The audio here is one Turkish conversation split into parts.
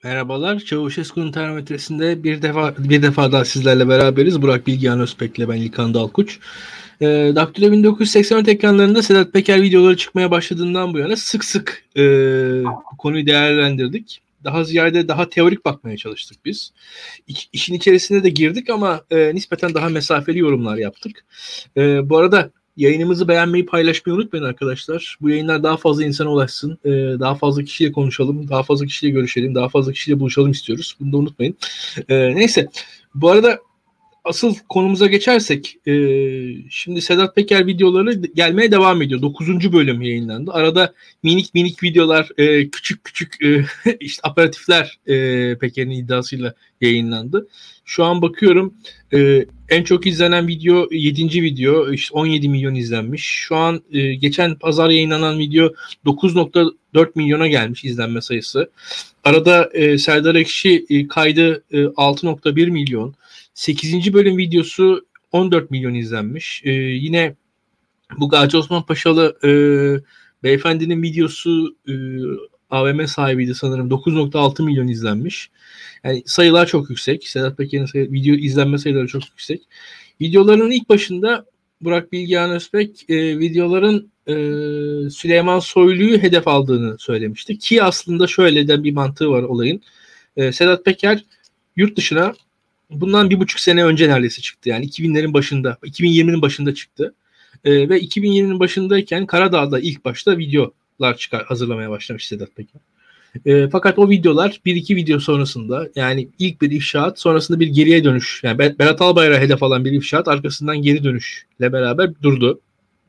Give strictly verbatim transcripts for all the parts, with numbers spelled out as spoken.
Merhabalar. Çavuşesku'nun termometresinde bir defa bir defa daha sizlerle beraberiz. Burak Bilgehan Özpek'le ben İlkan Dalkuç. E, Daktilo bin dokuz yüz seksen dört ekranlarında Sedat Peker videoları çıkmaya başladığından bu yana sık sık e, bu konuyu değerlendirdik. Daha ziyade daha teorik bakmaya çalıştık biz. İş, işin içerisine de girdik ama e, nispeten daha mesafeli yorumlar yaptık. E, bu arada yayınımızı beğenmeyi, paylaşmayı unutmayın arkadaşlar. Bu yayınlar daha fazla insana ulaşsın. Ee, daha fazla kişiyle konuşalım. Daha fazla kişiyle görüşelim. Daha fazla kişiyle buluşalım istiyoruz. Bunu da unutmayın. Ee, neyse. Bu arada asıl konumuza geçersek e, şimdi Sedat Peker videoları gelmeye devam ediyor. dokuzuncu bölüm yayınlandı. Arada minik minik videolar, e, küçük küçük e, işte aperatifler e, Peker'in iddiasıyla yayınlandı. Şu an bakıyorum e, en çok izlenen video yedinci video, işte on yedi milyon izlenmiş. Şu an e, geçen pazar yayınlanan video dokuz nokta dört milyona gelmiş izlenme sayısı. Arada e, Serdar Ekşi e, kaydı e, altı nokta bir milyon. sekizinci bölüm videosu on dört milyon izlenmiş. Ee, yine bu Gazi Osman Paşalı e, beyefendinin videosu e, A V M sahibiydi sanırım. dokuz nokta altı milyon izlenmiş. Yani sayılar çok yüksek. Sedat Peker'in sayı, video izlenme sayıları çok yüksek. Videoların ilk başında Burak Bilgehan Özbek e, videoların e, Süleyman Soylu'yu hedef aldığını söylemişti. Ki aslında şöyle de bir mantığı var olayın. E, Sedat Peker yurt dışına bundan bir buçuk sene önce neredeyse çıktı. Yani iki binlerin başında, iki bin yirminin başında çıktı. Ee, ve iki bin yirminin başındayken Karadağ'da ilk başta videolar çıkar, hazırlamaya başlamış Sedat Peker. Ee, fakat o videolar bir iki video sonrasında, yani ilk bir ifşaat sonrasında bir geriye dönüş. Yani Berat Albayrak'a hedef alan bir ifşaat arkasından geri dönüşle beraber durdu.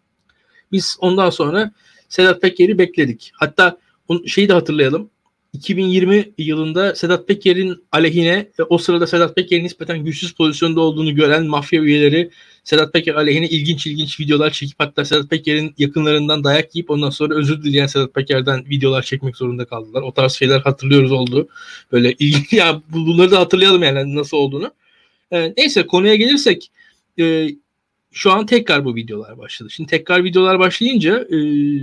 Biz ondan sonra Sedat Peker'i bekledik. Hatta şeyi de hatırlayalım. iki bin yirmi yılında Sedat Peker'in aleyhine, o sırada Sedat Peker'in nispeten güçsüz pozisyonda olduğunu gören mafya üyeleri Sedat Peker aleyhine ilginç ilginç videolar çekip hatta Sedat Peker'in yakınlarından dayak yiyip ondan sonra özür dileyen Sedat Peker'den videolar çekmek zorunda kaldılar. O tarz şeyler hatırlıyoruz oldu. Böyle ilginç, ya bunları da hatırlayalım yani nasıl olduğunu. Ee, neyse konuya gelirsek e, şu an tekrar bu videolar başladı. Şimdi tekrar videolar başlayınca e,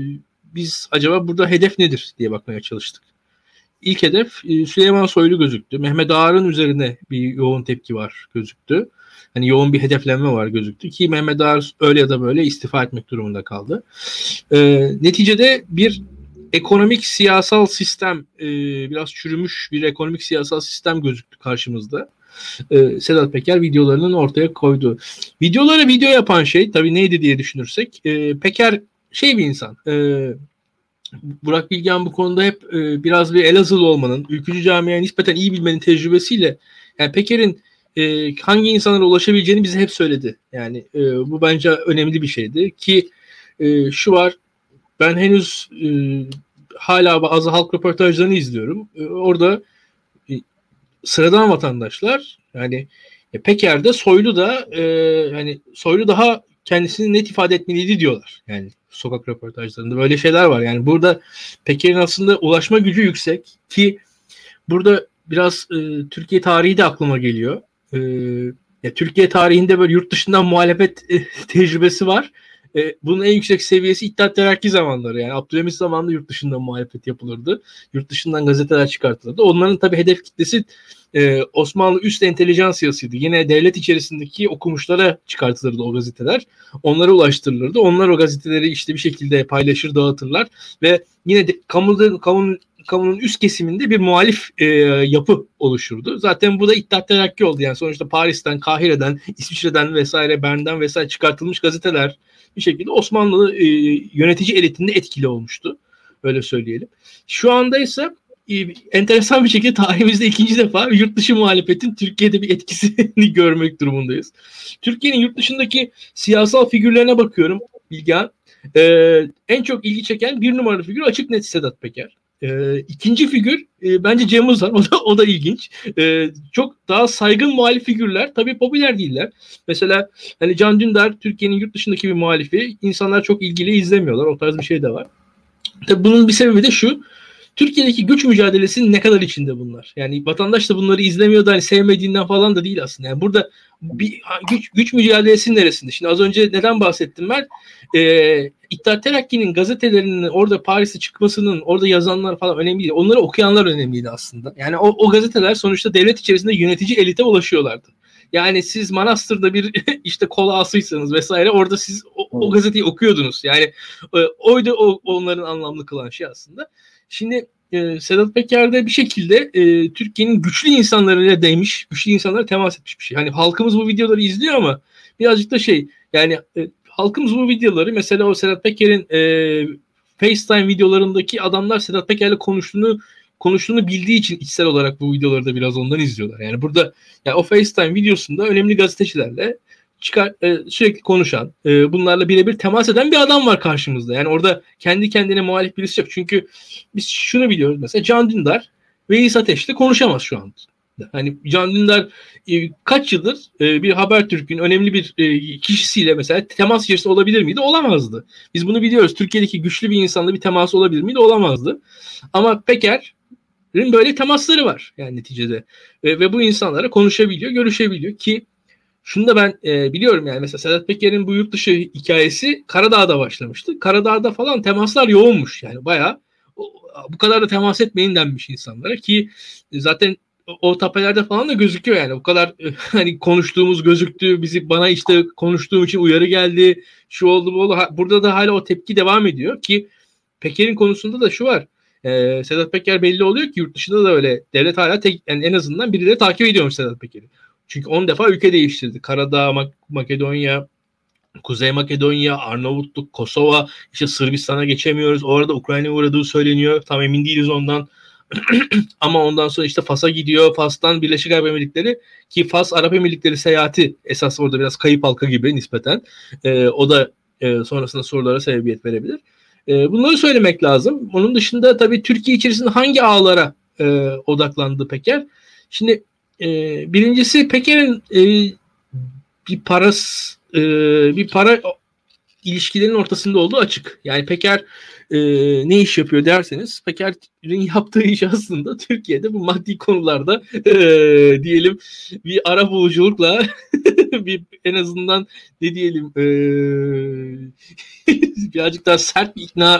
biz acaba burada hedef nedir diye bakmaya çalıştık. İlk hedef e, Süleyman Soylu gözüktü. Mehmet Ağar'ın üzerine bir yoğun tepki var gözüktü. Hani yoğun bir hedeflenme var gözüktü ki Mehmet Ağar öyle ya da böyle istifa etmek durumunda kaldı. E, neticede bir ekonomik siyasal sistem, e, biraz çürümüş bir ekonomik siyasal sistem gözüktü karşımızda. E, Sedat Peker videolarının ortaya koydu. Videoları video yapan şey tabii neydi diye düşünürsek, e, Peker şey bir insan. E, Burak Bilgehan bu konuda hep e, biraz bir Elazığlı olmanın, ülkücü camiaya nispeten iyi bilmenin tecrübesiyle, yani Peker'in e, hangi insanlara ulaşabileceğini bize hep söyledi. Yani e, bu bence önemli bir şeydi ki e, şu var, ben henüz e, hala bazı halk röportajlarını izliyorum. E, orada e, sıradan vatandaşlar, yani e, Peker'de Soylu da e, hani Soylu daha kendisini net ifade etmeliydi diyorlar. Yani sokak röportajlarında böyle şeyler var. Yani burada Peker'in aslında ulaşma gücü yüksek ki burada biraz e, Türkiye tarihi de aklıma geliyor. E, ya Türkiye tarihinde böyle yurt dışından muhalefet e, tecrübesi var. E, bunun en yüksek seviyesi İttihat Terakki zamanları. Yani Abdülhamit zamanında yurt dışından muhalefet yapılırdı. Yurt dışından gazeteler çıkartılırdı. Onların tabii hedef kitlesi e, Osmanlı üst entelijansiyasıydı. Yine devlet içerisindeki okumuşlara çıkartılırdı o gazeteler. Onlara ulaştırılırdı. Onlar o gazeteleri işte bir şekilde paylaşır, dağıtırlar ve yine de kamunun, kamunun kamunun üst kesiminde bir muhalif e, yapı oluşurdu. Zaten bu da İttihat Terakki oldu. Yani sonuçta Paris'ten, Kahire'den, İsviçre'den vesaire, Bern'den vesaire çıkartılmış gazeteler bir şekilde Osmanlı e, yönetici elitinde etkili olmuştu. Öyle söyleyelim. Şu anda ise e, enteresan bir şekilde tarihimizde ikinci defa yurt dışı muhalefetin Türkiye'de bir etkisini görmek durumundayız. Türkiye'nin yurt dışındaki siyasal figürlerine bakıyorum Bilgehan. E, en çok ilgi çeken bir numaralı figür açık net Sedat Peker. E, ikinci figür e, bence Cem Uzan. O da, o da ilginç. E, çok daha saygın muhalif figürler. Tabii popüler değiller. Mesela hani Can Dündar Türkiye'nin yurt dışındaki bir muhalifi. İnsanlar çok ilgili izlemiyorlar. O tarz bir şey de var. Tabii bunun bir sebebi de şu. Türkiye'deki güç mücadelesinin ne kadar içinde bunlar? Yani vatandaş da bunları izlemiyor da hani sevmediğinden falan da değil aslında. Yani burada bir güç, güç mücadelesinin neresinde? Şimdi az önce neden bahsettim ben? Ee, İttihat Terakki'nin gazetelerinin orada Paris'e çıkmasının, orada yazanlar falan önemli değil. Onları okuyanlar önemliydi aslında. Yani o, o gazeteler sonuçta devlet içerisinde yönetici elite ulaşıyorlardı. Yani siz Manastır'da bir işte kola asıysanız vesaire orada siz o, o gazeteyi okuyordunuz. Yani e, oydu o, onların anlamlı kılan şey aslında. Şimdi e, Sedat Peker de bir şekilde e, Türkiye'nin güçlü insanlarıyla değmiş, güçlü insanlara temas etmiş bir şey. Hani halkımız bu videoları izliyor ama birazcık da şey yani e, halkımız bu videoları mesela o Sedat Peker'in e, FaceTime videolarındaki adamlar Sedat Peker'le konuştuğunu konuştuğunu bildiği için içsel olarak bu videoları da biraz ondan izliyorlar. Yani burada yani o FaceTime videosunda önemli gazetecilerle çıkar e, sürekli konuşan, e, bunlarla birebir temas eden bir adam var karşımızda. Yani orada kendi kendine muhalif birisi yok. Çünkü biz şunu biliyoruz mesela Can Dündar Veys Ateş'le konuşamaz şu an. Hani Can Dündar e, kaç yıldır e, bir Habertürk'ün önemli bir e, kişisiyle mesela temas içerisinde olabilir miydi? Olamazdı. Biz bunu biliyoruz. Türkiye'deki güçlü bir insanla bir temas olabilir miydi? Olamazdı. Ama Peker'in böyle temasları var yani neticede. Ve, ve bu insanlara konuşabiliyor, görüşebiliyor ki şunu da ben e, biliyorum yani mesela Sedat Peker'in bu yurt dışı hikayesi Karadağ'da başlamıştı. Karadağ'da falan temaslar yoğunmuş yani bayağı o, bu kadar da temas etmeyin denmiş insanlara ki zaten o tapelerde falan da gözüküyor yani. O kadar hani konuştuğumuz gözüktü. Bizi bana işte konuştuğum için uyarı geldi. Şu oldu bu oldu. Burada da hala o tepki devam ediyor ki Peker'in konusunda da şu var. Ee, Sedat Peker belli oluyor ki yurt dışında da öyle. Devlet hala tek, yani en azından birileri takip ediyormuş Sedat Peker'i. Çünkü on defa ülke değiştirdi. Karadağ, Mak- Makedonya, Kuzey Makedonya, Arnavutluk, Kosova, işte Sırbistan'a geçemiyoruz. Orada Ukrayna'ya uğradığı söyleniyor. Tam emin değiliz ondan. Ama ondan sonra işte Fas'a gidiyor. Fas'tan Birleşik Arap Emirlikleri ki Fas Arap Emirlikleri seyahati esas orada biraz kayıp halka gibi nispeten. Ee, o da e, sonrasında sorulara sebebiyet verebilir. E, bunları söylemek lazım. Onun dışında tabii Türkiye içerisinde hangi ağlara e, odaklandı Peker? Şimdi e, birincisi Peker'in e, bir parası e, bir para ilişkilerin ortasında olduğu açık. Yani Peker e, ne iş yapıyor derseniz Peker'in yaptığı iş aslında Türkiye'de bu maddi konularda e, diyelim bir ara buluculukla bir en azından ne diyelim e, birazcık daha sert bir ikna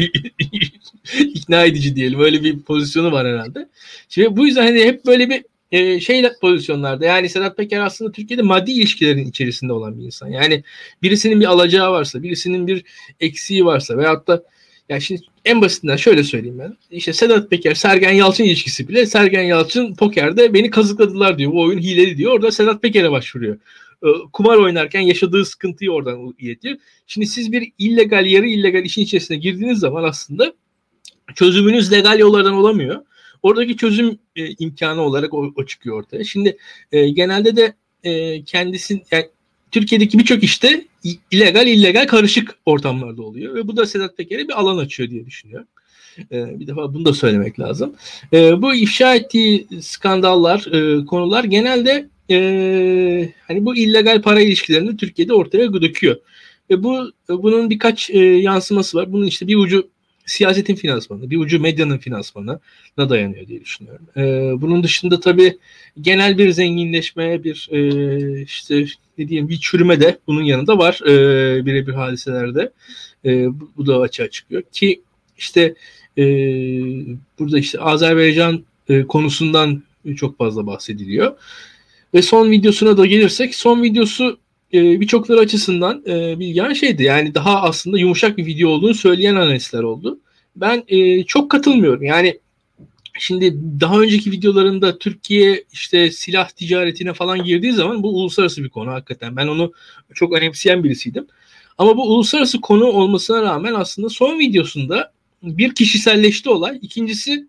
ikna edici diyelim. Öyle bir pozisyonu var herhalde. Şimdi bu yüzden hani hep böyle bir e, şeyle pozisyonlarda. Yani Sedat Peker aslında Türkiye'de maddi ilişkilerin içerisinde olan bir insan. Yani birisinin bir alacağı varsa, birisinin bir eksiği varsa veyahut da yani şimdi en basitinden şöyle söyleyeyim ben. İşte Sedat Peker, Sergen Yalçın ilişkisi bile Sergen Yalçın pokerde beni kazıkladılar diyor. Bu oyun hileli diyor. Orada Sedat Peker'e başvuruyor. Kumar oynarken yaşadığı sıkıntıyı oradan iletiyor. Şimdi siz bir illegal, yarı illegal işin içerisine girdiğiniz zaman aslında çözümünüz legal yollardan olamıyor. Oradaki çözüm e, imkanı olarak o, o çıkıyor ortaya. Şimdi e, genelde de e, kendisi yani Türkiye'deki birçok işte illegal illegal karışık ortamlarda oluyor ve bu da Sedat Peker'e bir alan açıyor diye düşünüyorum. E, bir defa bunu da söylemek lazım. E, bu ifşa ettiği skandallar, e, konular genelde e, hani bu illegal para ilişkilerini Türkiye'de ortaya döküyor. Ve bu bunun birkaç e, yansıması var. Bunun işte bir ucu siyasetin finansmanı, bir ucu medyanın finansmanına dayanıyor diye düşünüyorum. Ee, bunun dışında tabii genel bir zenginleşme, bir e, işte ne diyeyim bir çürüme de bunun yanında var e, birebir hadiselerde. E, bu, bu da açığa çıkıyor ki işte e, burada işte Azerbaycan e, konusundan çok fazla bahsediliyor. Ve son videosuna da gelirsek, son videosu e, birçokları açısından e, bilgen şeydi. Yani daha aslında yumuşak bir video olduğunu söyleyen analistler oldu. Ben e, çok katılmıyorum. Yani şimdi daha önceki videolarında Türkiye işte silah ticaretine falan girdiği zaman bu uluslararası bir konu hakikaten. Ben onu çok önemseyen birisiydim. Ama bu uluslararası konu olmasına rağmen aslında son videosunda bir kişiselleşti olay. İkincisi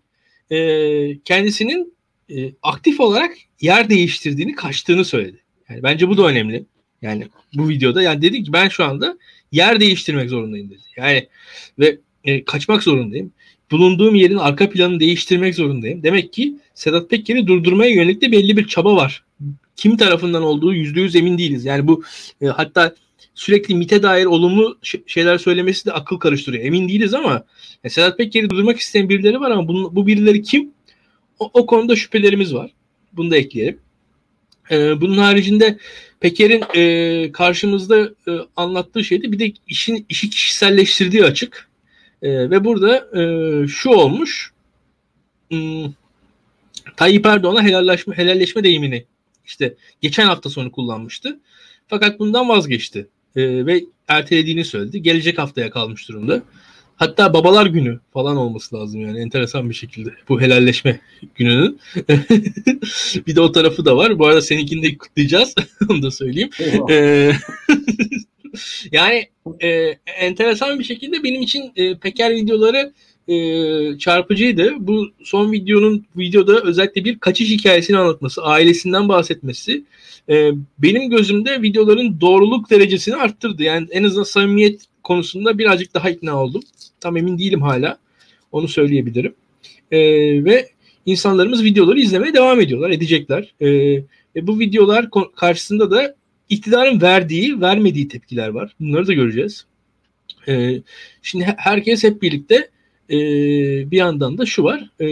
e, kendisinin e, aktif olarak yer değiştirdiğini, kaçtığını söyledi. Yani bence bu da önemli. Yani bu videoda yani dedi ki ben şu anda yer değiştirmek zorundayım dedi. Yani ve e, kaçmak zorundayım. Bulunduğum yerin arka planını değiştirmek zorundayım. Demek ki Sedat Peker'i durdurmaya yönelik de belli bir çaba var. Kim tarafından olduğu yüzde yüz emin değiliz. Yani bu e, hatta sürekli MİT'e dair olumlu şeyler söylemesi de akıl karıştırıyor. Emin değiliz ama yani Sedat Peker'i durdurmak isteyen birileri var ama bu, bu birileri kim? O, o konuda şüphelerimiz var. Bunu da ekleyelim. Ee, bunun haricinde Peker'in e, karşımızda e, anlattığı şeyde bir de işin işi kişiselleştirdiği açık. E, ve burada e, şu olmuş. Hmm, Tayyip Erdoğan'a helalleşme, helalleşme deyimini işte geçen hafta sonu kullanmıştı. Fakat bundan vazgeçti. E, ve ertelediğini söyledi. Gelecek haftaya kalmış durumda. Hatta Babalar Günü falan olması lazım yani enteresan bir şekilde bu helalleşme gününün. Bir de o tarafı da var. Bu arada seninkini de kutlayacağız. Onu da söyleyeyim. Ee, yani e, enteresan bir şekilde benim için e, Peker videoları e, çarpıcıydı. Bu son videonun videoda özellikle bir kaçış hikayesini anlatması, ailesinden bahsetmesi e, benim gözümde videoların doğruluk derecesini arttırdı. Yani en azından samimiyet konusunda birazcık daha ikna oldum. Tam emin değilim hala. Onu söyleyebilirim. E, ve insanlarımız videoları izlemeye devam ediyorlar, edecekler. E, ve bu videolar karşısında da iktidarın verdiği, vermediği tepkiler var. Bunları da göreceğiz. E, şimdi herkes hep birlikte e, bir yandan da şu var. E,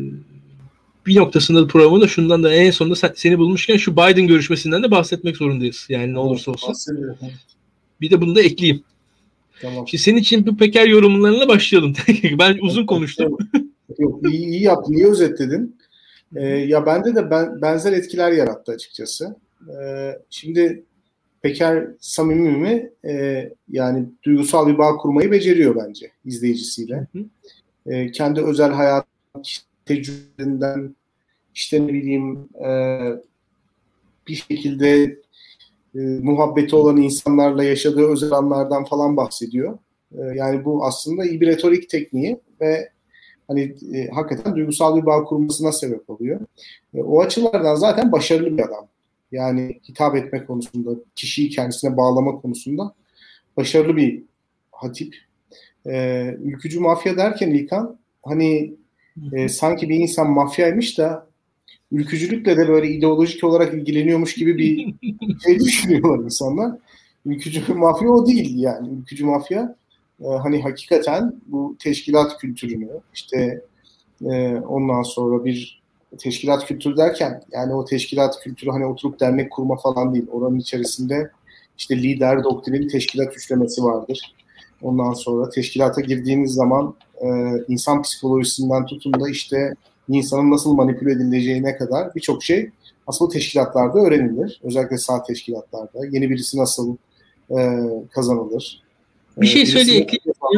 bir noktasında da programın da şundan da en sonunda sen, seni bulmuşken şu Biden görüşmesinden de bahsetmek zorundayız. Yani ne olursa olsun. Bir de bunu da ekleyeyim. Tamam. Şimdi senin için bu Peker yorumlarına başlayalım. Ben uzun konuştum. Yok, iyi, iyi yaptın, iyi özetledin. Ee, ya bende de ben, benzer etkiler yarattı açıkçası. Ee, şimdi Peker samimi mi? Ee, yani duygusal bir bağ kurmayı beceriyor bence izleyicisiyle. Hı hı. Ee, kendi özel hayat tecrübelerinden işte ne bileyim e, bir şekilde e, muhabbeti olan insanlarla yaşadığı özel anlardan falan bahsediyor. E, yani bu aslında iyi bir retorik tekniği ve hani e, hakikaten duygusal bir bağ kurmasına sebep oluyor. E, o açılardan zaten başarılı bir adam. Yani hitap etme konusunda, kişiyi kendisine bağlama konusunda başarılı bir hatip. E, ülkücü mafya derken İlkan, hani e, sanki bir insan mafyaymış da ülkücülükle de böyle ideolojik olarak ilgileniyormuş gibi bir şey düşünüyorlar insanlar. Ülkücü mafya o değil yani. Ülkücü mafya e, hani hakikaten bu teşkilat kültürünü işte e, ondan sonra bir teşkilat kültürü derken yani o teşkilat kültürü hani oturup dernek kurma falan değil. Oranın içerisinde işte lider, doktrin, teşkilat üçlemesi vardır. Ondan sonra teşkilata girdiğiniz zaman e, insan psikolojisinden tutun da işte insanın nasıl manipüle edileceğine kadar birçok şey aslında teşkilatlarda öğrenilir. Özellikle sağ teşkilatlarda. Yeni birisi nasıl e, kazanılır. Bir şey söyleyeyim.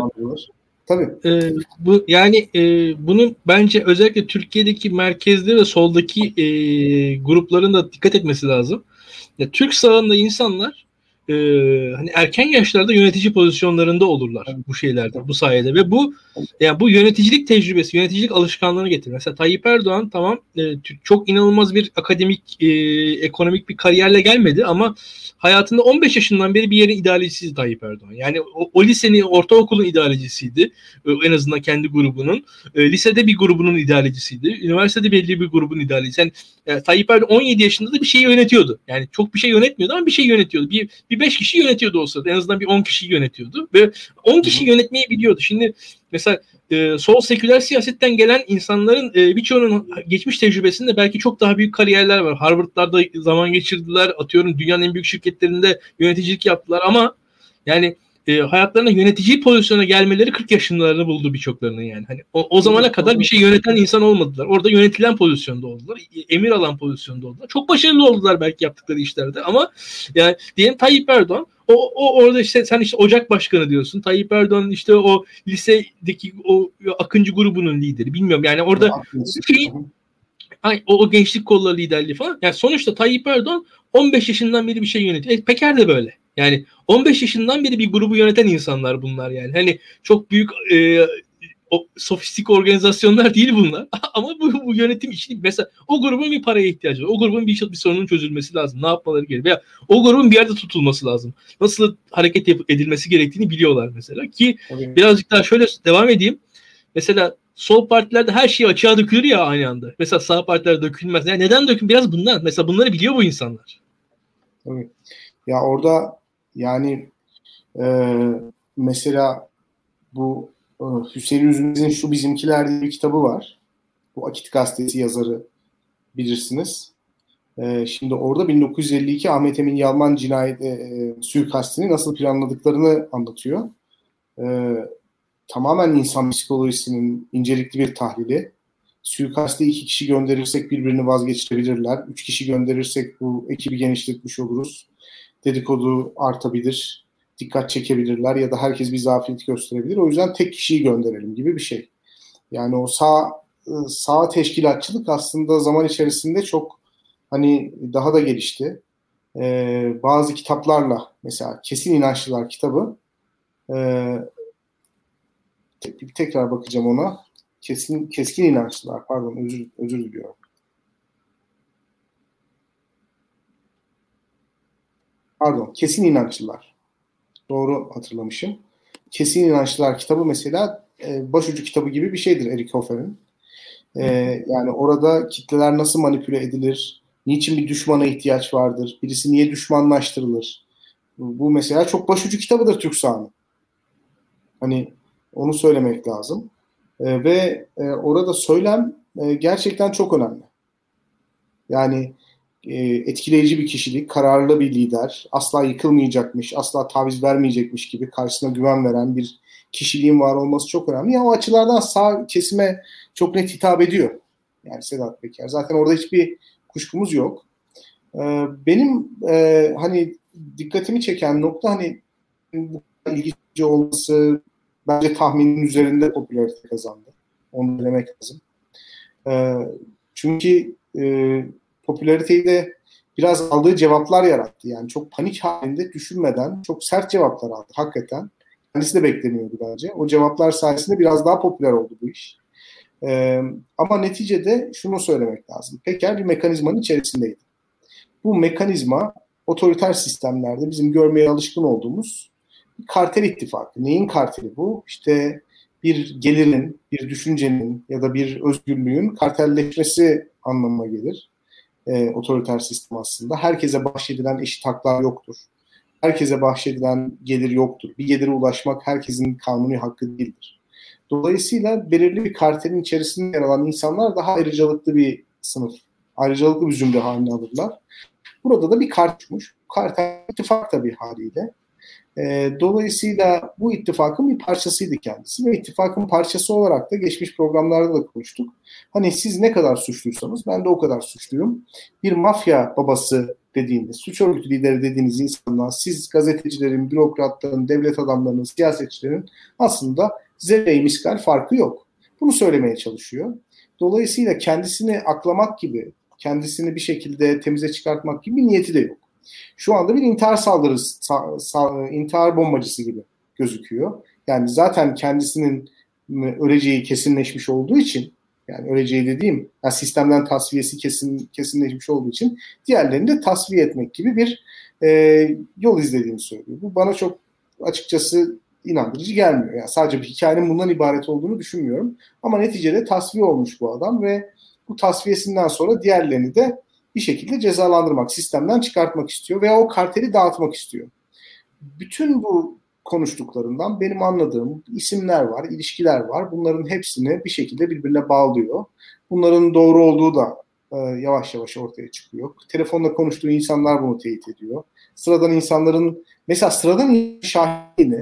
Tabii. Ee, bu yani e, bunun bence özellikle Türkiye'deki merkezde ve soldaki e, grupların da dikkat etmesi lazım. Ya, Türk sağında insanlar e, hani erken yaşlarda yönetici pozisyonlarında olurlar Tabii. bu şeylerde, bu sayede ve bu yani bu yöneticilik tecrübesi, yöneticilik alışkanlığını getirir. Mesela Tayyip Erdoğan tamam e, çok inanılmaz bir akademik, e, ekonomik bir kariyerle gelmedi ama hayatında on beş yaşından beri bir yerin idarecisiydi Tayyip Erdoğan. Yani o, o lisenin, ortaokulun idarecisiydi. En azından kendi grubunun. E, lisede bir grubunun idarecisiydi. Üniversitede belli bir grubun idarecisi. Yani e, Tayyip Erdoğan on yedi yaşında da bir şeyi yönetiyordu. Yani çok bir şey yönetmiyordu ama bir şey yönetiyordu. Bir, bir beş kişi yönetiyordu o sırada. En azından bir on kişiyi yönetiyordu. Ve on kişi yönetmeyi biliyordu. Şimdi mesela e, sol seküler siyasetten gelen insanların e, birçoğunun geçmiş tecrübesinde belki çok daha büyük kariyerler var. Harvard'larda zaman geçirdiler. Atıyorum dünyanın en büyük şirketlerinde yöneticilik yaptılar ama yani e, hayatlarına yönetici pozisyona gelmeleri kırk yaşlarını buldu birçoklarının yani. Hani o, o zamana kadar bir şey yöneten insan olmadılar. Orada yönetilen pozisyonda oldular. Emir alan pozisyonda oldular. Çok başarılı oldular belki yaptıkları işlerde ama yani diyelim Tayyip Erdoğan o, o orada işte sen işte Ocak Başkanı diyorsun. Tayyip Erdoğan işte o lisedeki o Akıncı grubunun lideri. Bilmiyorum yani orada şey, ay, o, o gençlik kolları liderliği falan. Yani sonuçta Tayyip Erdoğan on beş yaşından beri bir şey yönetiyor. E, Peker de böyle. Yani on beş yaşından beri bir grubu yöneten insanlar bunlar yani. Hani çok büyük e, o, sofistik organizasyonlar değil bunlar. Ama bu, bu yönetim için mesela o grubun bir paraya ihtiyacı var. O grubun bir, bir sorunun çözülmesi lazım. Ne yapmaları gerekiyor? Veya o grubun bir yerde tutulması lazım. Nasıl hareket yap- edilmesi gerektiğini biliyorlar mesela. Ki okay. Birazcık daha şöyle devam edeyim. Mesela sol partilerde her şey açığa dökülür ya aynı anda. Mesela sağ partilerde dökülmez. Yani neden dökülür? Biraz bundan. Mesela bunları biliyor bu insanlar. Tabii. Ya orada Yani e, mesela bu e, Hüseyin Üzümez'in Şu Bizimkiler diye bir kitabı var. Bu Akit Gazetesi yazarı, bilirsiniz. E, şimdi orada bin dokuz yüz elli iki Ahmet Emin Yalman cinayet e, suikastini nasıl planladıklarını anlatıyor. E, Tamamen insan psikolojisinin incelikli bir tahlili. Suikaste iki kişi gönderirsek birbirini vazgeçirebilirler. Üç kişi gönderirsek bu ekibi genişletmiş oluruz. Dedikodu artabilir. Dikkat çekebilirler ya da herkes bir zafiyet gösterebilir. O yüzden tek kişiyi gönderelim gibi bir şey. Yani o sağ sağ teşkilatçılık aslında zaman içerisinde çok hani daha da gelişti. Ee, bazı kitaplarla, mesela Kesin İnançlılar kitabı, e, tekrar bakacağım ona. Kesin Keskin İnançlılar, pardon, özür özür diliyorum. Pardon, Kesin İnançlılar. Doğru hatırlamışım. Kesin İnançlılar kitabı mesela e, başucu kitabı gibi bir şeydir Eric Hoffer'in. E, yani orada kitleler nasıl manipüle edilir, niçin bir düşmana ihtiyaç vardır, birisi niye düşmanlaştırılır. Bu mesela çok başucu kitabıdır Türk sahanı. Hani onu söylemek lazım. E, ve e, orada söylem e, gerçekten çok önemli. Yani e, etkileyici bir kişilik, kararlı bir lider, asla yıkılmayacakmış, asla taviz vermeyecekmiş gibi karşısına güven veren bir kişiliğin var olması çok önemli. Yani o açılardan sağ kesime çok net hitap ediyor. Yani Sedat Peker. Zaten orada hiçbir kuşkumuz yok. E, benim e, hani dikkatimi çeken nokta, hani bu ilginç olması, bence tahminin üzerinde popülarite kazandı. Onu demek lazım. E, çünkü e, popülariteyi de biraz aldığı cevaplar yarattı. Yani çok panik halinde, düşünmeden çok sert cevaplar aldı hakikaten. Kendisi de beklemiyordu bence. O cevaplar sayesinde biraz daha popüler oldu bu iş. Ee, ama neticede şunu söylemek lazım. Peker bir mekanizmanın içerisindeydi. Bu mekanizma otoriter sistemlerde bizim görmeye alışkın olduğumuz bir kartel ittifakı. Neyin karteli bu? İşte bir gelirin, bir düşüncenin ya da bir özgürlüğün kartelleşmesi anlamına gelir. E, otoriter sistem aslında. Herkese bahşedilen eşit haklar yoktur. Herkese bahşedilen gelir yoktur. Bir gelire ulaşmak herkesin kanuni hakkı değildir. Dolayısıyla belirli bir kartelin içerisinde yer alan insanlar daha ayrıcalıklı bir sınıf, ayrıcalıklı bir zümre haline alırlar. Burada da bir kartelmiş. Kartel ittifak tabii haliyle. E, dolayısıyla bu ittifakın bir parçasıydı kendisi ve ittifakın parçası olarak da geçmiş programlarda da konuştuk. Hani siz ne kadar suçluysanız ben de o kadar suçluyum. Bir mafya babası dediğiniz, suç örgütü lideri dediğiniz insanlar, siz gazetecilerin, bürokratların, devlet adamlarının, siyasetçilerin aslında zerre-i miskal farkı yok. Bunu söylemeye çalışıyor. Dolayısıyla kendisini aklamak gibi, kendisini bir şekilde temize çıkartmak gibi bir niyeti de yok. Şu anda bir intihar saldırısı, sa, sa, intihar bombacısı gibi gözüküyor. Yani zaten kendisinin öleceği kesinleşmiş olduğu için, yani öleceği dediğim, yani sistemden tasfiyesi kesin kesinleşmiş olduğu için diğerlerini de tasfiye etmek gibi bir e, yol izlediğini söylüyor. Bu bana çok açıkçası inandırıcı gelmiyor. Yani sadece bir hikayenin bundan ibaret olduğunu düşünmüyorum. Ama neticede tasfiye olmuş bu adam ve bu tasfiyesinden sonra diğerlerini de bir şekilde cezalandırmak, sistemden çıkartmak istiyor veya o karteli dağıtmak istiyor. Bütün bu konuştuklarından benim anladığım isimler var, ilişkiler var. Bunların hepsini bir şekilde birbirine bağlıyor. Bunların doğru olduğu da e, yavaş yavaş ortaya çıkıyor. Telefonla konuştuğu insanlar bunu teyit ediyor. Sıradan insanların, mesela sıradan şahini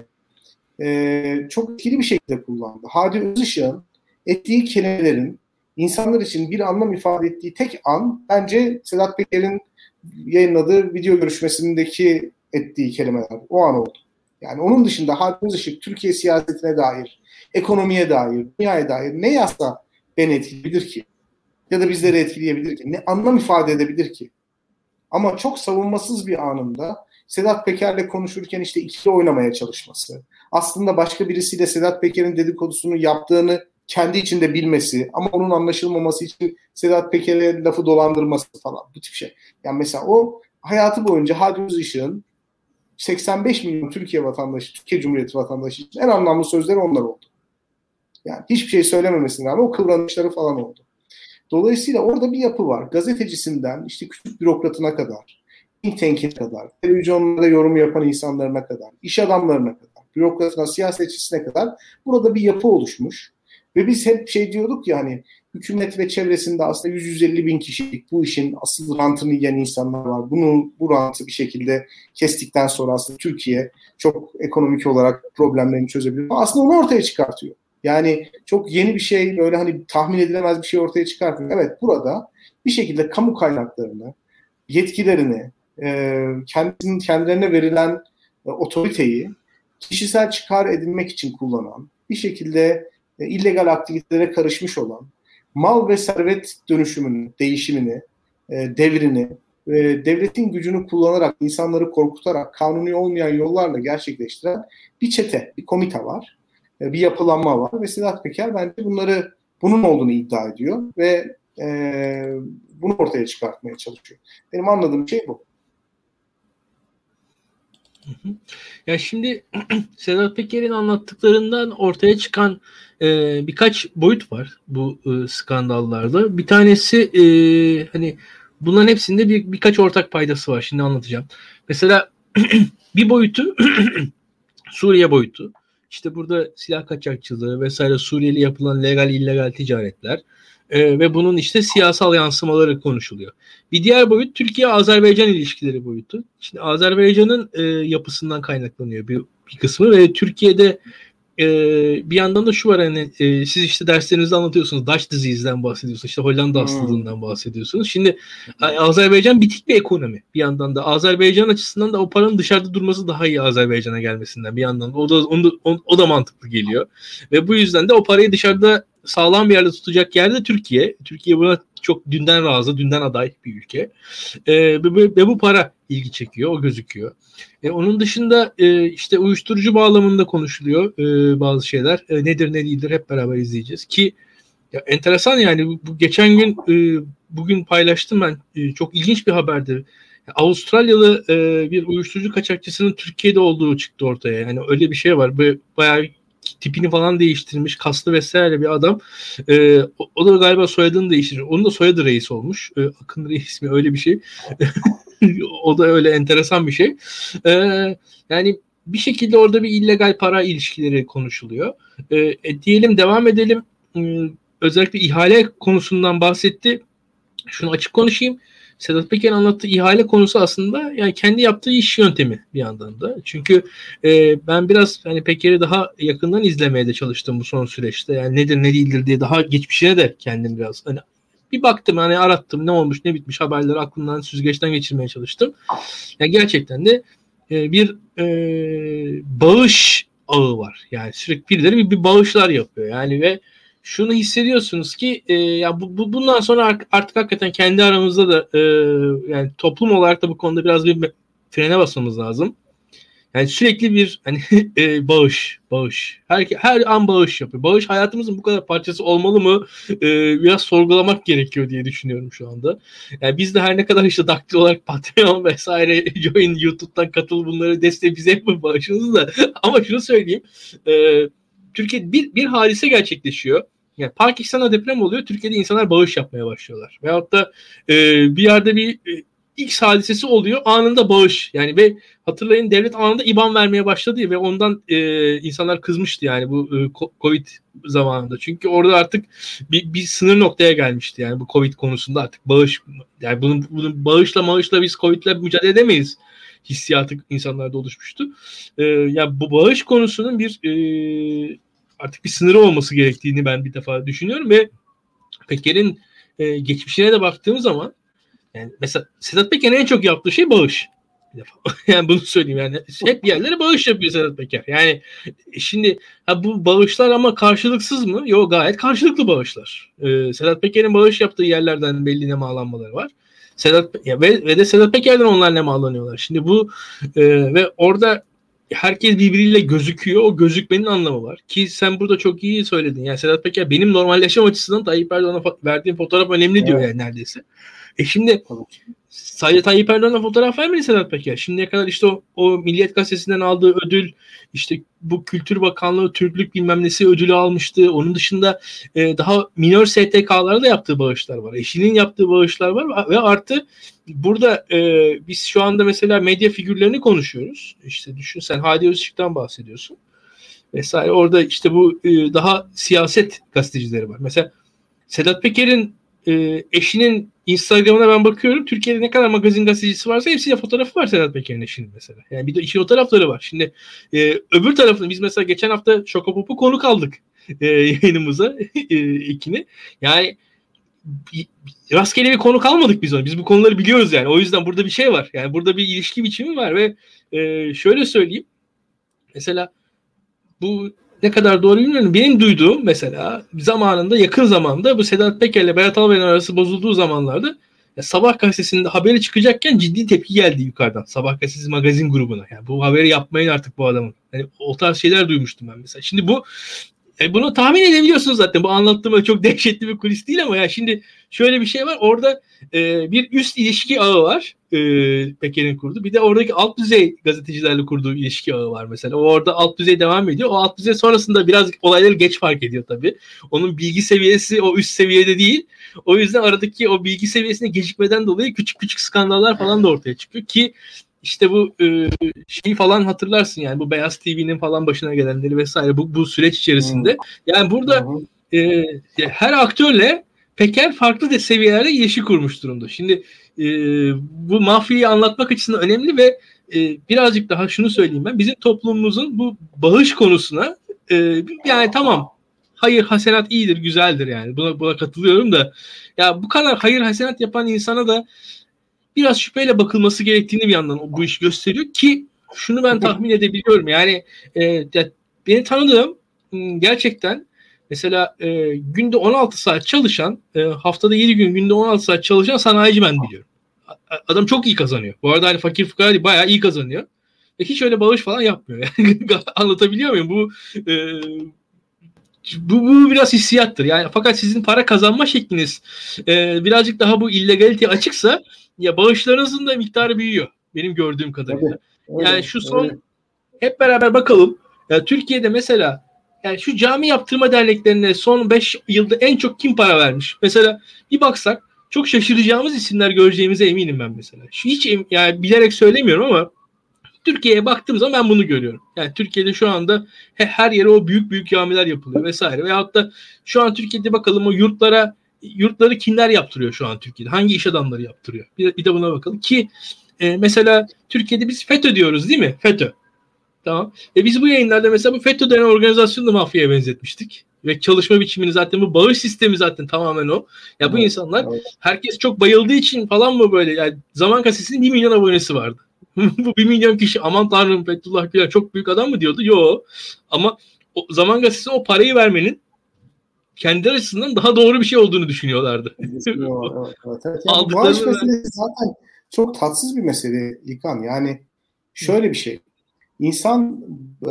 e, çok etkili bir şekilde kullandı. Hadi Özışık'ın ettiği kelimelerin İnsanlar için bir anlam ifade ettiği tek an bence Sedat Peker'in yayınladığı video görüşmesindeki ettiği kelimeler. O an oldu. Yani onun dışında Hakan Özışık Türkiye siyasetine dair, ekonomiye dair, dünyaya dair ne yazsa beni etkileyebilir ki? Ya da bizleri etkileyebilir ki? Ne anlam ifade edebilir ki? Ama çok savunmasız bir anında Sedat Peker'le konuşurken işte ikili oynamaya çalışması, aslında başka birisiyle Sedat Peker'in dedikodusunu yaptığını kendi içinde bilmesi ama onun anlaşılmaması için Sedat Peker'e lafı dolandırması falan, bu tip şey. Yani mesela o hayatı boyunca Hadi Özışık'ın seksen beş milyon Türkiye vatandaşı, Türkiye Cumhuriyeti vatandaşı için en anlamlı sözleri onlar oldu. Yani hiçbir şey söylememesine rağmen o kıvranışları falan oldu. Dolayısıyla orada bir yapı var. Gazetecisinden işte küçük bürokratına kadar, think tank'ine kadar, televizyonlarda yorum yapan insanlarına kadar, iş adamlarına kadar, bürokratına, siyasetçisine kadar burada bir yapı oluşmuş. Ve biz hep şey diyorduk ya hani hükümet ve çevresinde aslında yüz yüz elli bin kişilik bu işin asıl rantını yiyen insanlar var. Bunu, bu rantı bir şekilde kestikten sonra aslında Türkiye çok ekonomik olarak problemlerini çözebilir. Ama aslında onu ortaya çıkartıyor. Yani çok yeni bir şey, böyle hani tahmin edilemez bir şey ortaya çıkartıyor. Evet, burada bir şekilde kamu kaynaklarını, yetkilerini, e, kendisinin kendilerine verilen e, otoriteyi kişisel çıkar edinmek için kullanan, bir şekilde e, illegal aktivitelere karışmış olan, mal ve servet dönüşümünü, değişimini, e, devrini, e, devletin gücünü kullanarak, insanları korkutarak, kanuni olmayan yollarla gerçekleştiren bir çete, bir komite var, e, bir yapılanma var ve Sedat Peker bence bunları, bunun olduğunu iddia ediyor ve e, bunu ortaya çıkartmaya çalışıyor. Benim anladığım şey bu. Ya şimdi Sedat Peker'in anlattıklarından ortaya çıkan e, birkaç boyut var bu e, skandallarda. Bir tanesi e, hani bunların hepsinde bir birkaç ortak paydası var. Şimdi anlatacağım. Mesela bir boyutu Suriye boyutu. İşte burada silah kaçakçılığı vesaire, Suriyeli yapılan legal illegal ticaretler e, ve bunun işte siyasal yansımaları konuşuluyor. Bir diğer boyut Türkiye-Azerbaycan ilişkileri boyutu. Şimdi Azerbaycan'ın e, yapısından kaynaklanıyor bir, bir kısmı ve Türkiye'de e, bir yandan da şu var, hani e, siz işte derslerinizde anlatıyorsunuz, Dutch disease'den bahsediyorsunuz, işte Hollanda hastalığından bahsediyorsunuz. Şimdi Azerbaycan bitik bir ekonomi. Bir yandan da Azerbaycan açısından da o paranın dışarıda durması daha iyi Azerbaycan'a gelmesinden bir yandan da o da, onu da, o, o da mantıklı geliyor. Ve bu yüzden de o parayı dışarıda sağlam bir yerde tutacak yerde Türkiye. Türkiye buna çok dünden razı, dünden aday bir ülke. E, ve, ve bu para ilgi çekiyor, o gözüküyor. E, onun dışında e, işte uyuşturucu bağlamında konuşuluyor e, bazı şeyler. E, nedir ne değildir hep beraber izleyeceğiz. Ki ya, enteresan yani bu, bu geçen gün e, bugün paylaştım ben. E, çok ilginç bir haberdi. Avustralyalı e, bir uyuşturucu kaçakçısının Türkiye'de olduğu çıktı ortaya. Yani öyle bir şey var. Böyle bayağı tipini falan değiştirmiş, kaslı vesaire bir adam. E, o, o da galiba soyadını değiştirir. Onun da soyadı Reis olmuş. E, Akın Reis mi, öyle bir şey. O da öyle enteresan bir şey. E, yani bir şekilde orada bir illegal para ilişkileri konuşuluyor. E, e, diyelim devam edelim. E, özellikle ihale konusundan bahsetti. Şunu açık konuşayım. Sedat Peker'in anlattığı ihale konusu aslında yani kendi yaptığı iş yöntemi bir yandan da. Çünkü e, ben biraz hani Peker'i daha yakından izlemeye de çalıştım bu son süreçte. Yani nedir ne değildir diye daha geçmişine de kendim biraz hani bir baktım, hani arattım, ne olmuş ne bitmiş haberleri aklımdan süzgeçten geçirmeye çalıştım. Yani gerçekten de e, bir e, bağış ağı var. Yani sürekli birileri bir, bir bağışlar yapıyor. Yani ve şunu hissediyorsunuz ki e, ya bu, bu bundan sonra artık hakikaten kendi aramızda da e, yani toplum olarak da bu konuda biraz bir frene basmamız lazım. Yani sürekli bir hani e, bağış, bağış. Her her an bağış yapıyor. Bağış hayatımızın bu kadar parçası olmalı mı? E, biraz sorgulamak gerekiyor diye düşünüyorum şu anda. Yani biz de her ne kadar işte daktilo olarak Patreon vesaire join, YouTube'dan katıl, bunları destek bize yapın bağışınızı da. Ama şunu söyleyeyim. E, Türkiye'de bir, bir hadise gerçekleşiyor. Yani Pakistan'da deprem oluyor. Türkiye'de insanlar bağış yapmaya başlıyorlar. Veyahut da e, bir yerde bir e, X hadisesi oluyor. Anında bağış. Yani ve hatırlayın, devlet anında İ B A N vermeye başladı ve ondan e, insanlar kızmıştı yani bu e, Covid zamanında. Çünkü orada artık bir, bir sınır noktaya gelmişti yani bu Covid konusunda artık bağış, yani bunun, bunun bağışla maaşla biz Covid'le mücadele edemeyiz hissiyatı insanlarda oluşmuştu. E, yani bu bağış konusunun bir e, artık bir sınırı olması gerektiğini ben bir defa düşünüyorum ve Peker'in e, geçmişine de baktığım zaman yani mesela Sedat Peker'in en çok yaptığı şey bağış. Bir defa. Yani bunu söyleyeyim, yani hep bir yerlere bağış yapıyor Sedat Peker. Yani şimdi ha bu bağışlar ama karşılıksız mı? Yok, gayet karşılıklı bağışlar. Ee, Sedat Peker'in bağış yaptığı yerlerden belli nemalanmaları var. Sedat ya ve, ve de Sedat Peker'den onlar nemalanıyorlar. Şimdi bu e, ve orada herkes birbiriyle gözüküyor. O gözükmenin anlamı var. Ki sen burada çok iyi söyledin. Yani Sedat Peker benim normalleşmem açısından Tayyip Erdoğan'a verdiğim fotoğraf önemli diyor yani neredeyse. E şimdi sadece Tayyip Erdoğan'la fotoğraf vermedi Sedat Peker. Şimdiye kadar işte o, o Milliyet Gazetesi'nden aldığı ödül, işte bu Kültür Bakanlığı Türklük bilmem nesi ödülü almıştı. Onun dışında e, daha minör S T K'lara da yaptığı bağışlar var. Eşinin yaptığı bağışlar var ve artı burada e, biz şu anda mesela medya figürlerini konuşuyoruz. İşte düşün, sen Hadi Özışık'tan bahsediyorsun vesaire. Orada işte bu e, daha siyaset gazetecileri var. Mesela Sedat Peker'in e, eşinin Instagram'ına ben bakıyorum. Türkiye'de ne kadar magazin gazetecisi varsa hepsiyle fotoğrafı var Sedat Peker'in eşinin mesela. Yani bir de işin o tarafları var. Şimdi e, öbür tarafını biz mesela geçen hafta Şokopop'u konuk aldık e, yayınımıza e, ikini. Yani rastgele bir konuk almadık biz onu. Biz bu konuları biliyoruz yani. O yüzden burada bir şey var. Yani burada bir ilişki biçimi var ve e, şöyle söyleyeyim. Mesela bu ne kadar doğru bilmiyorum. Benim duyduğum mesela zamanında, yakın zamanda bu Sedat Peker ile Berat Albayrak arası bozulduğu zamanlarda ya Sabah gazetesinde haberi çıkacakken ciddi tepki geldi yukarıdan. Sabah gazetesi magazin grubuna. Yani bu haberi yapmayın artık bu adamın. Yani o tarz şeyler duymuştum ben mesela. Şimdi bu e bunu tahmin edebiliyorsunuz zaten. Bu anlattığım çok dehşetli bir kulis değil ama ya şimdi şöyle bir şey var. Orada e, bir üst ilişki ağı var. E, Peker'in kurduğu. Bir de oradaki alt düzey gazetecilerle kurduğu ilişki ağı var mesela. O orada alt düzey devam ediyor. O alt düzey sonrasında biraz olayları geç fark ediyor tabii. Onun bilgi seviyesi o üst seviyede değil. O yüzden aradaki o bilgi seviyesine gecikmeden dolayı küçük küçük skandallar falan da ortaya çıkıyor ki İşte bu e, şeyi falan hatırlarsın yani bu Beyaz T V'nin falan başına gelenleri vesaire bu bu süreç içerisinde. Hmm. Yani burada hmm. e, her aktörle Peker farklı de seviyelerde ilişki kurmuş durumda. Şimdi e, bu mafyayı anlatmak açısından önemli ve e, birazcık daha şunu söyleyeyim ben. Bizim toplumumuzun bu bağış konusuna e, yani tamam hayır hasenat iyidir, güzeldir yani. Buna, buna katılıyorum da ya bu kadar hayır hasenat yapan insana da biraz şüpheyle bakılması gerektiğini bir yandan bu iş gösteriyor ki şunu ben tahmin edebiliyorum. Yani e, ya, beni tanıdığım gerçekten mesela e, günde on altı saat çalışan, e, haftada yedi gün günde on altı saat çalışan sanayici ben biliyorum. Adam çok iyi kazanıyor. Bu arada hani fakir fukara değil, bayağı iyi kazanıyor. Ve hiç öyle bağış falan yapmıyor. Yani anlatabiliyor muyum? Bu e, Bu, bu biraz hissiyattır. Yani fakat sizin para kazanma şekliniz e, birazcık daha bu illegaliteye açıksa ya bağışlarınızın da miktarı büyüyor. Benim gördüğüm kadarıyla. Evet, öyle, yani şu son öyle. Hep beraber bakalım. Ya Türkiye'de mesela yani şu cami yaptırma derneklerine son beş yılda en çok kim para vermiş? Mesela bir baksak çok şaşıracağımız isimler göreceğimize eminim ben mesela. Şu hiç yani bilerek söylemiyorum ama Türkiye'ye baktığım zaman ben bunu görüyorum. Yani Türkiye'de şu anda her yere o büyük büyük camiler yapılıyor vesaire. Veyahut da şu an Türkiye'de bakalım o yurtlara yurtları kimler yaptırıyor şu an Türkiye'de? Hangi iş adamları yaptırıyor? Bir, bir de buna bakalım ki e, mesela Türkiye'de biz FETÖ diyoruz değil mi? FETÖ. Tamam. E biz bu yayınlarda mesela bu FETÖ denen organizasyonu da mafyaya benzetmiştik. Ve çalışma biçimini zaten bu bağış sistemi zaten tamamen o. Ya bu evet, insanlar evet. Herkes çok bayıldığı için falan mı böyle? Yani Zaman Gazetesi'nin bir milyon abonesi vardı. Bu bir milyon kişi aman tanrım Fethullah Gülen çok büyük adam mı diyordu? Yok. Ama o Zaman Gazetesi'ne o parayı vermenin kendi açısından daha doğru bir şey olduğunu düşünüyorlardı. Evet, evet, evet. Yani bu bağış meselesi zaten çok tatsız bir mesele İlkan. Yani şöyle bir şey. İnsan e,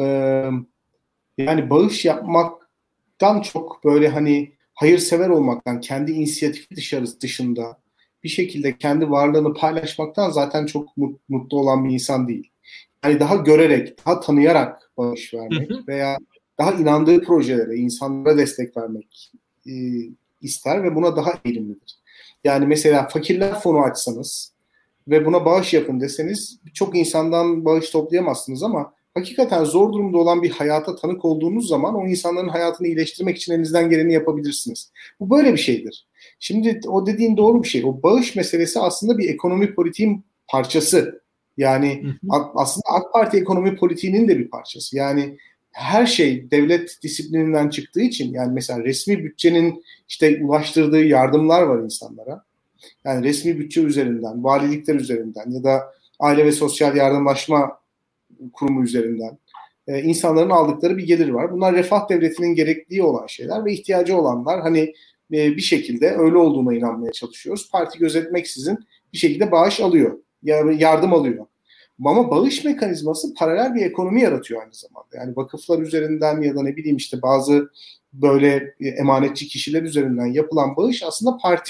yani bağış yapmaktan çok böyle hani hayırsever olmaktan, kendi inisiyatifi dışarı dışında bir şekilde kendi varlığını paylaşmaktan zaten çok mutlu olan bir insan değil. Yani daha görerek, daha tanıyarak bağış vermek hı hı. veya daha inandığı projelere, insanlara destek vermek e, ister ve buna daha eğilimlidir. Yani mesela fakirler fonu açsanız ve buna bağış yapın deseniz çok insandan bağış toplayamazsınız ama hakikaten zor durumda olan bir hayata tanık olduğunuz zaman o insanların hayatını iyileştirmek için elinizden geleni yapabilirsiniz. Bu böyle bir şeydir. Şimdi o dediğin doğru bir şey. O bağış meselesi aslında bir ekonomi politiğin parçası. Yani hı hı. aslında AK Parti ekonomi politiğinin de bir parçası. Yani her şey devlet disiplininden çıktığı için yani mesela resmi bütçenin işte ulaştırdığı yardımlar var insanlara. Yani resmi bütçe üzerinden, valilikler üzerinden ya da Aile ve Sosyal Yardımlaşma Kurumu üzerinden e, insanların aldıkları bir gelir var. Bunlar refah devletinin gerektiği olan şeyler ve ihtiyacı olanlar hani e, bir şekilde öyle olduğuna inanmaya çalışıyoruz. Parti gözetmeksizin bir şekilde bağış alıyor, yardım alıyor. Ama bağış mekanizması paralel bir ekonomi yaratıyor aynı zamanda. Yani vakıflar üzerinden ya da ne bileyim işte bazı böyle emanetçi kişiler üzerinden yapılan bağış aslında parti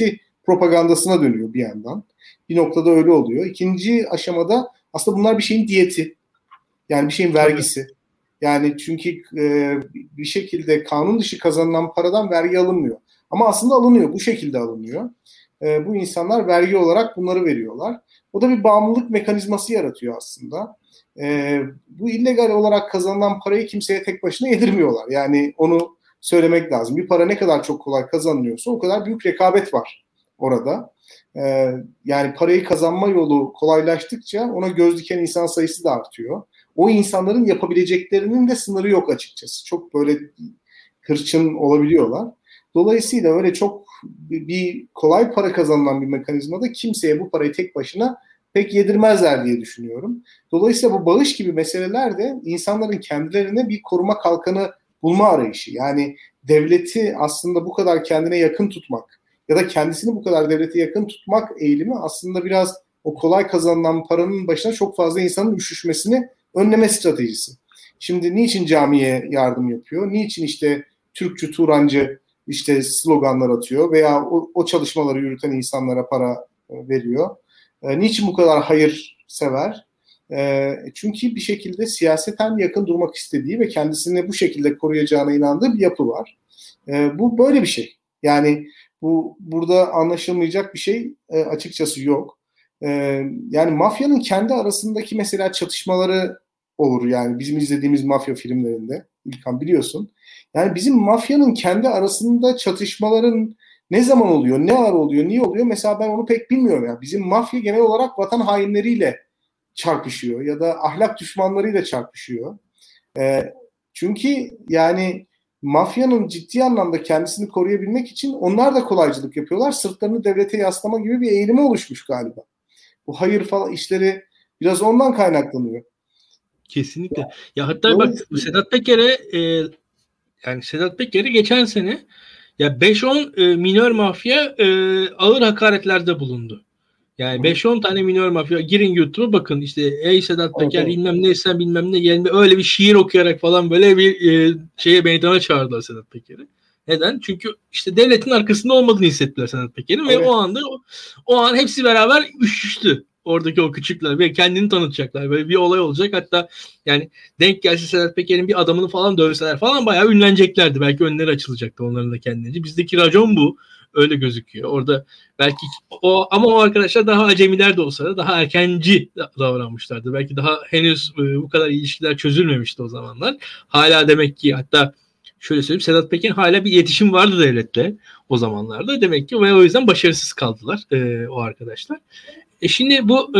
propagandasına dönüyor bir yandan. Bir noktada öyle oluyor. İkinci aşamada aslında bunlar bir şeyin diyeti. Yani bir şeyin vergisi. Yani çünkü e, bir şekilde kanun dışı kazanılan paradan vergi alınmıyor. Ama aslında alınıyor. Bu şekilde alınıyor. E, bu insanlar vergi olarak bunları veriyorlar. O da bir bağımlılık mekanizması yaratıyor aslında. E, bu illegal olarak kazanılan parayı kimseye tek başına yedirmiyorlar. Yani onu söylemek lazım. Bir para ne kadar çok kolay kazanılıyorsa o kadar büyük rekabet var orada. E, yani parayı kazanma yolu kolaylaştıkça ona göz diken insan sayısı da artıyor. O insanların yapabileceklerinin de sınırı yok açıkçası. Çok böyle hırçın olabiliyorlar. Dolayısıyla öyle çok bir kolay para kazanılan bir mekanizmada kimseye bu parayı tek başına pek yedirmezler diye düşünüyorum. Dolayısıyla bu bağış gibi meseleler de insanların kendilerine bir koruma kalkanı bulma arayışı. Yani devleti aslında bu kadar kendine yakın tutmak ya da kendisini bu kadar devlete yakın tutmak eğilimi aslında biraz o kolay kazanılan paranın başına çok fazla insanın üşüşmesini önleme stratejisi. Şimdi niçin camiye yardım yapıyor? Niçin işte Türkçü, Turancı işte sloganlar atıyor veya o, o çalışmaları yürüten insanlara para veriyor? E, niçin bu kadar hayırsever? E, çünkü bir şekilde siyaseten yakın durmak istediği ve kendisini bu şekilde koruyacağına inandığı bir yapı var. E, bu böyle bir şey. Yani bu burada anlaşılmayacak bir şey e, açıkçası yok. E, yani mafyanın kendi arasındaki mesela çatışmaları olur yani bizim izlediğimiz mafya filmlerinde. İlkan biliyorsun. Yani bizim mafyanın kendi arasında çatışmaların ne zaman oluyor, ne ara oluyor, niye oluyor? Mesela ben onu pek bilmiyorum. Yani bizim mafya genel olarak vatan hainleriyle çarpışıyor ya da ahlak düşmanlarıyla çarpışıyor. E, çünkü yani mafyanın ciddi anlamda kendisini koruyabilmek için onlar da kolaycılık yapıyorlar. Sırtlarını devlete yaslama gibi bir eğilimi oluşmuş galiba. Bu hayır falan işleri biraz ondan kaynaklanıyor. Kesinlikle. Ya, ya hatta bak Sedat Peker'e e, yani Sedat Peker'e geçen sene ya beş on e, minör mafya e, ağır hakaretlerde bulundu. Yani beş on tane minör mafya girin YouTube'a bakın işte ey Sedat Peker evet, bilmem neysen bilmem ne yani öyle bir şiir okuyarak falan böyle bir e, şeye meydana çağırdılar Sedat Peker'i. Neden? Çünkü işte devletin arkasında olmadığını hissettiler Sedat Peker'in evet. Ve o anda o, o an hepsi beraber üşüştü. Oradaki o küçükler ve kendini tanıtacaklar. Böyle bir olay olacak. Hatta yani denk gelse Sedat Peker'in bir adamını falan dövseler falan bayağı ünleneceklerdi. Belki önleri açılacaktı onların da kendince. Bizdeki racon bu. Öyle gözüküyor. Orada belki o ama o arkadaşlar daha acemiler de olsa da daha erkenci davranmışlardı. Belki daha henüz e, bu kadar ilişkiler çözülmemişti o zamanlar. Hala demek ki hatta şöyle söyleyeyim Sedat Peker hala bir iletişim vardı devletle o zamanlarda. Demek ki ve o yüzden başarısız kaldılar e, o arkadaşlar. E şimdi bu e,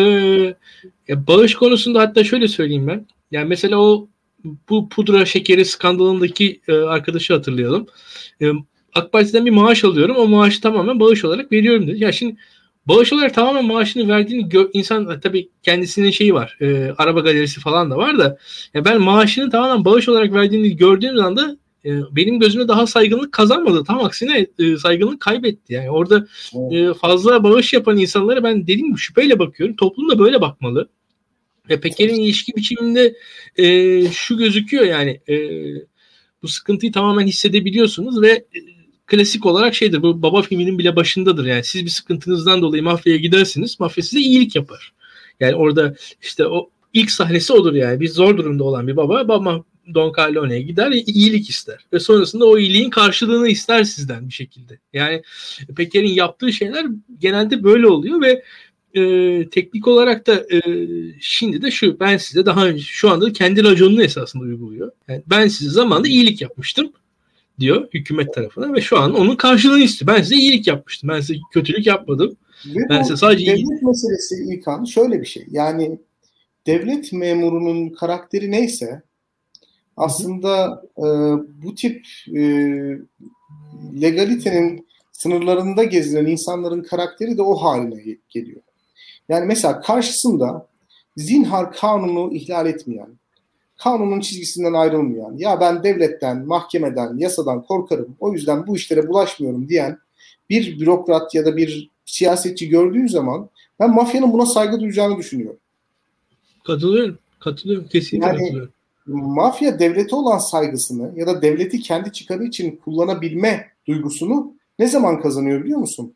ya bağış konusunda hatta şöyle söyleyeyim ben. Yani mesela o bu pudra şekeri skandalındaki e, arkadaşı hatırlayalım. E, AK Parti'den bir maaş alıyorum. O maaşı tamamen bağış olarak veriyorum dedi. Ya şimdi bağış olarak tamamen maaşını verdiğini gö- insan tabii kendisinin şeyi var. E, araba galerisi falan da var da ya ben maaşını tamamen bağış olarak verdiğini gördüğüm anda e, benim gözümde daha saygınlık kazanmadı. Tam aksine e, saygınlık kaybetti. Yani orada e, fazla bağış yapan insanlara ben dediğim gibi şüpheyle bakıyorum. Toplum da böyle bakmalı. Ve Peker'in ilişki biçiminde e, şu gözüküyor yani e, bu sıkıntıyı tamamen hissedebiliyorsunuz ve e, klasik olarak şeydir bu Baba filminin bile başındadır yani siz bir sıkıntınızdan dolayı mafyaya gidersiniz mafya size iyilik yapar. Yani orada işte o ilk sahnesi odur yani bir zor durumda olan bir baba baba Don Corleone'ye gider iyilik ister ve sonrasında o iyiliğin karşılığını ister sizden bir şekilde. Yani Peker'in yaptığı şeyler genelde böyle oluyor ve e, teknik olarak da e, şimdi de şu ben size daha önce şu anda kendi raconunu esasında uyguluyor. Yani ben size zamanında iyilik yapmıştım diyor hükümet tarafına ve şu an onun karşılığını istiyor. Ben size iyilik yapmıştım. Ben size kötülük yapmadım. Ve ben size sadece devlet iyilik... meselesi İlkan şöyle bir şey. Yani devlet memurunun karakteri neyse aslında e, bu tip e, legalitenin sınırlarında gezilen insanların karakteri de o haline geliyor. Yani mesela karşısında zinhar kanunu ihlal etmeyen, kanunun çizgisinden ayrılmayan, ya ben devletten, mahkemeden, yasadan korkarım, o yüzden bu işlere bulaşmıyorum diyen bir bürokrat ya da bir siyasetçi gördüğü zaman ben mafyanın buna saygı duyacağını düşünüyorum. Katılıyorum. Katılıyorum. Kesinlikle yani, katılıyorum. Mafya devlete olan saygısını ya da devleti kendi çıkarı için kullanabilme duygusunu ne zaman kazanıyor biliyor musun?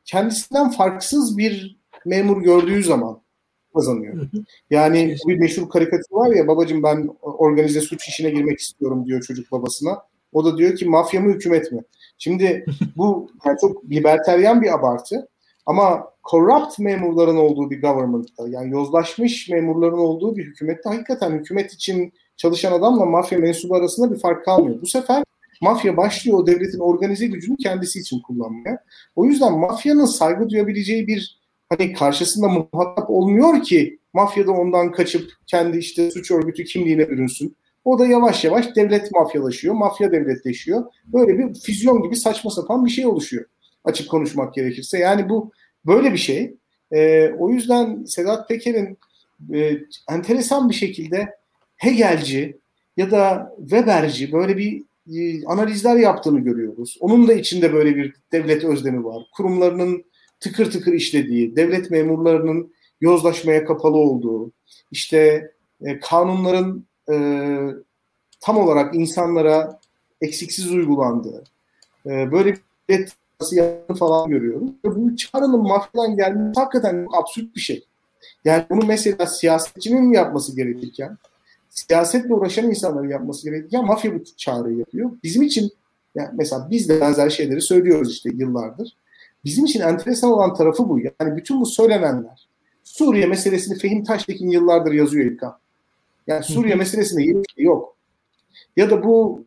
kendisinden farksız bir memur gördüğü zaman kazanıyor. Yani bir meşhur karikatür var ya, babacığım ben organize suç işine girmek istiyorum diyor çocuk babasına. O da diyor ki mafya mı hükümet mi? Şimdi bu yani çok liberteryan bir abartı ama corrupt memurların olduğu bir government'ta, yani yozlaşmış memurların olduğu bir hükümette hakikaten hükümet için çalışan adamla mafya mensubu arasında bir fark kalmıyor. Bu sefer mafya başlıyor o devletin organize gücünü kendisi için kullanmaya. O yüzden mafyanın saygı duyabileceği bir hani karşısında muhatap olmuyor ki mafya da ondan kaçıp kendi işte suç örgütü kimliğine bürünsün. O da yavaş yavaş devlet mafyalaşıyor, mafya devletleşiyor. Böyle bir füzyon gibi saçma sapan bir şey oluşuyor. Açık konuşmak gerekirse. Yani bu böyle bir şey. Ee, o yüzden Sedat Peker'in e, enteresan bir şekilde Hegelci ya da Weberci böyle bir e, analizler yaptığını görüyoruz. Onun da içinde böyle bir devlet özlemi var. Kurumlarının tıkır tıkır işlediği, devlet memurlarının yozlaşmaya kapalı olduğu, işte e, kanunların e, tam olarak insanlara eksiksiz uygulandığı, e, böyle bir devlet falan görüyoruz. Bu çağrının mafyadan gelmesi hakikaten çok absürt bir şey. Yani bunu mesela siyasetçinin yapması gerekirken, siyasetle uğraşan insanların yapması gerekirken mafya bu çağrıyı yapıyor. Bizim için yani mesela biz de benzer şeyleri söylüyoruz işte yıllardır. Bizim için enteresan olan tarafı bu. Yani bütün bu söylenenler, Suriye meselesini Fehim Taştekin yıllardır yazıyor İlkan. Yani Suriye meselesinde yeni bir şey yok. Ya da bu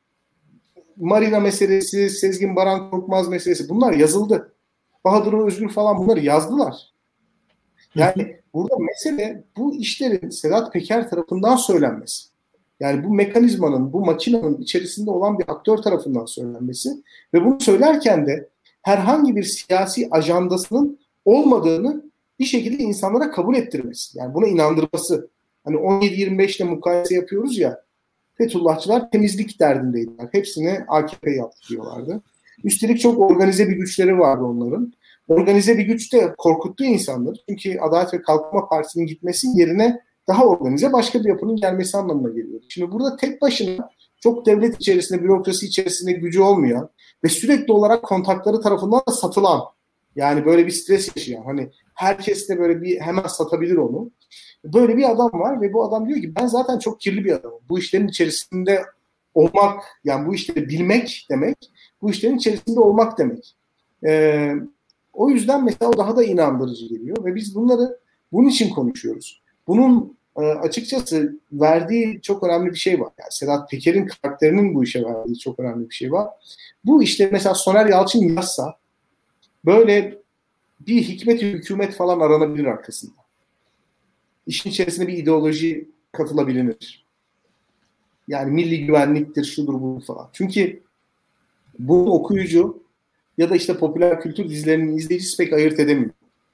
Marina meselesi, Sezgin Baran Korkmaz meselesi, bunlar yazıldı. Bahadır Özgür falan bunları yazdılar. Yani burada mesele bu işlerin Sedat Peker tarafından söylenmesi. Yani bu mekanizmanın, bu makinenin içerisinde olan bir aktör tarafından söylenmesi ve bunu söylerken de herhangi bir siyasi ajandasının olmadığını bir şekilde insanlara kabul ettirmesi. Yani buna inandırması. Hani on yedi yirmi beş ile mukayese yapıyoruz ya, Fethullahçılar temizlik derdindeydiler. Hepsini A K P yaptı diyorlardı. Üstelik çok organize bir güçleri vardı onların. Organize bir güç de korkuttu insanları. Çünkü Adalet ve Kalkınma Partisi'nin gitmesi yerine daha organize başka bir yapının gelmesi anlamına geliyor. Şimdi burada tek başına çok devlet içerisinde, bürokrasi içerisinde gücü olmayan ve sürekli olarak kontakları tarafından da satılan, yani böyle bir stres yaşayan, hani herkes de böyle bir hemen satabilir onu. Böyle bir adam var ve bu adam diyor ki ben zaten çok kirli bir adamım. Bu işlerin içerisinde olmak, yani bu işleri bilmek demek, bu işlerin içerisinde olmak demek. Ee, o yüzden mesela o daha da inandırıcı geliyor ve biz bunları bunun için konuşuyoruz. Bunun e, açıkçası verdiği çok önemli bir şey var. Yani Sedat Peker'in karakterinin bu işe verdiği çok önemli bir şey var. Bu işte mesela Soner Yalçın yazsa böyle bir hikmet hükümet falan aranabilir arkasında. İşin içerisinde bir ideoloji katılabilir. Yani milli güvenliktir, şudur bu falan. Çünkü bu okuyucu ya da işte popüler kültür dizilerinin izleyicisi pek ayırt edemiyor.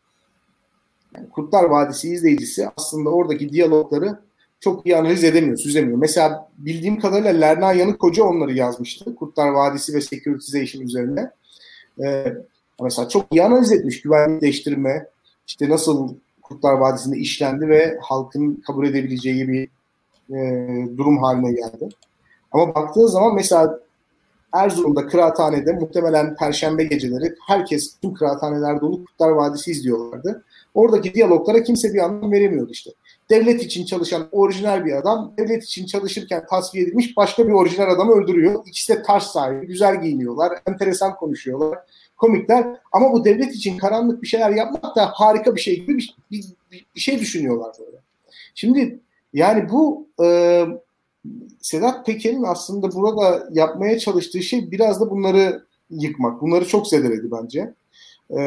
Yani Kurtlar Vadisi izleyicisi aslında oradaki diyalogları çok iyi analiz edemiyor, süzemiyor. Mesela bildiğim kadarıyla Lerna Yanık Hoca onları yazmıştı. Kurtlar Vadisi ve securitization üzerine. Ee, mesela çok iyi analiz etmiş. Güvenlikleştirme, işte nasıl Kurtlar Vadisi'nde işlendi ve halkın kabul edebileceği bir e, durum haline geldi. Ama baktığı zaman mesela Erzurum'da kıraathanede muhtemelen Perşembe geceleri herkes tüm kıraathanelerde olup Kurtlar Vadisi izliyorlardı. Oradaki diyaloglara kimse bir anlam veremiyordu işte. Devlet için çalışan orijinal bir adam, devlet için çalışırken tasfiye edilmiş başka bir orijinal adamı öldürüyor. İkisi de taş sahibi, güzel giyiniyorlar, enteresan konuşuyorlar, komikler. Ama bu devlet için karanlık bir şeyler yapmak da harika bir şey gibi bir, bir, bir şey düşünüyorlar böyle. Şimdi yani bu e, Sedat Peker'in aslında burada yapmaya çalıştığı şey biraz da bunları yıkmak. Bunları çok zedeledi bence. Ee,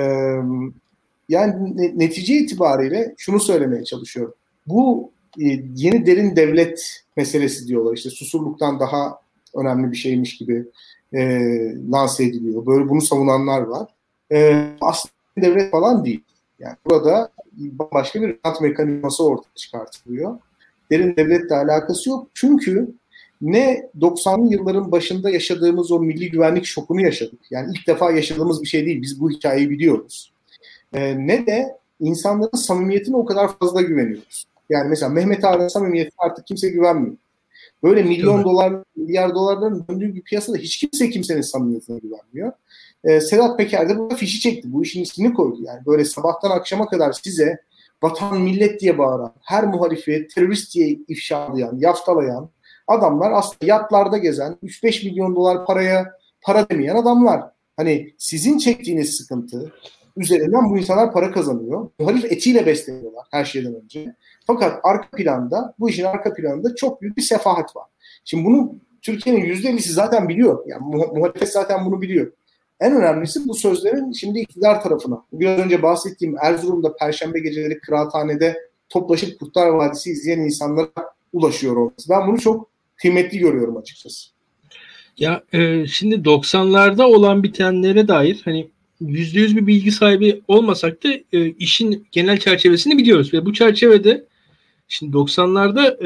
yani netice itibariyle şunu söylemeye çalışıyorum. Bu e, yeni derin devlet meselesi diyorlar. İşte Susurluk'tan daha önemli bir şeymiş gibi e, lanse ediliyor. Böyle bunu savunanlar var. E, aslında devlet falan değil. Yani burada başka bir rant mekanizması ortaya çıkartılıyor. Derin devletle alakası yok. Çünkü ne doksanlı yılların başında yaşadığımız o milli güvenlik şokunu yaşadık. Yani ilk defa yaşadığımız bir şey değil. Biz bu hikayeyi biliyoruz. Ee, ne de insanların samimiyetine o kadar fazla güveniyoruz. Yani mesela Mehmet Ağar'ın samimiyetine artık kimse güvenmiyor. Böyle milyon dolar, milyar dolarların döndüğü bir piyasada hiç kimse kimsenin samimiyetine güvenmiyor. E, Sedat Peker de burada fişi çekti. Bu işin ismini koydu. Yani böyle sabahtan akşama kadar size vatan millet diye bağıran, her muhalifi terörist diye ifşalayan, yaftalayan adamlar aslında yatlarda gezen, üç beş milyon dolar paraya para demeyen adamlar. Hani sizin çektiğiniz sıkıntı üzerinden bu insanlar para kazanıyor. Muhalif etiyle besleniyorlar her şeyden önce. Fakat arka planda, bu işin arka planında çok büyük bir sefahat var. Şimdi bunu Türkiye'nin yüzde ellisi zaten biliyor. Yani muhalefet zaten bunu biliyor. En önemlisi bu sözlerin şimdi iktidar tarafına. Biraz önce bahsettiğim Erzurum'da Perşembe geceleri kıraathanede toplaşıp Kurtlar Vadisi izleyen insanlara ulaşıyor olması. Ben bunu çok kıymetli görüyorum açıkçası. Ya e, şimdi doksanlarda olan bitenlere dair hani yüzde yüz bir bilgi sahibi olmasak da e, işin genel çerçevesini biliyoruz ve bu çerçevede şimdi doksanlarda e,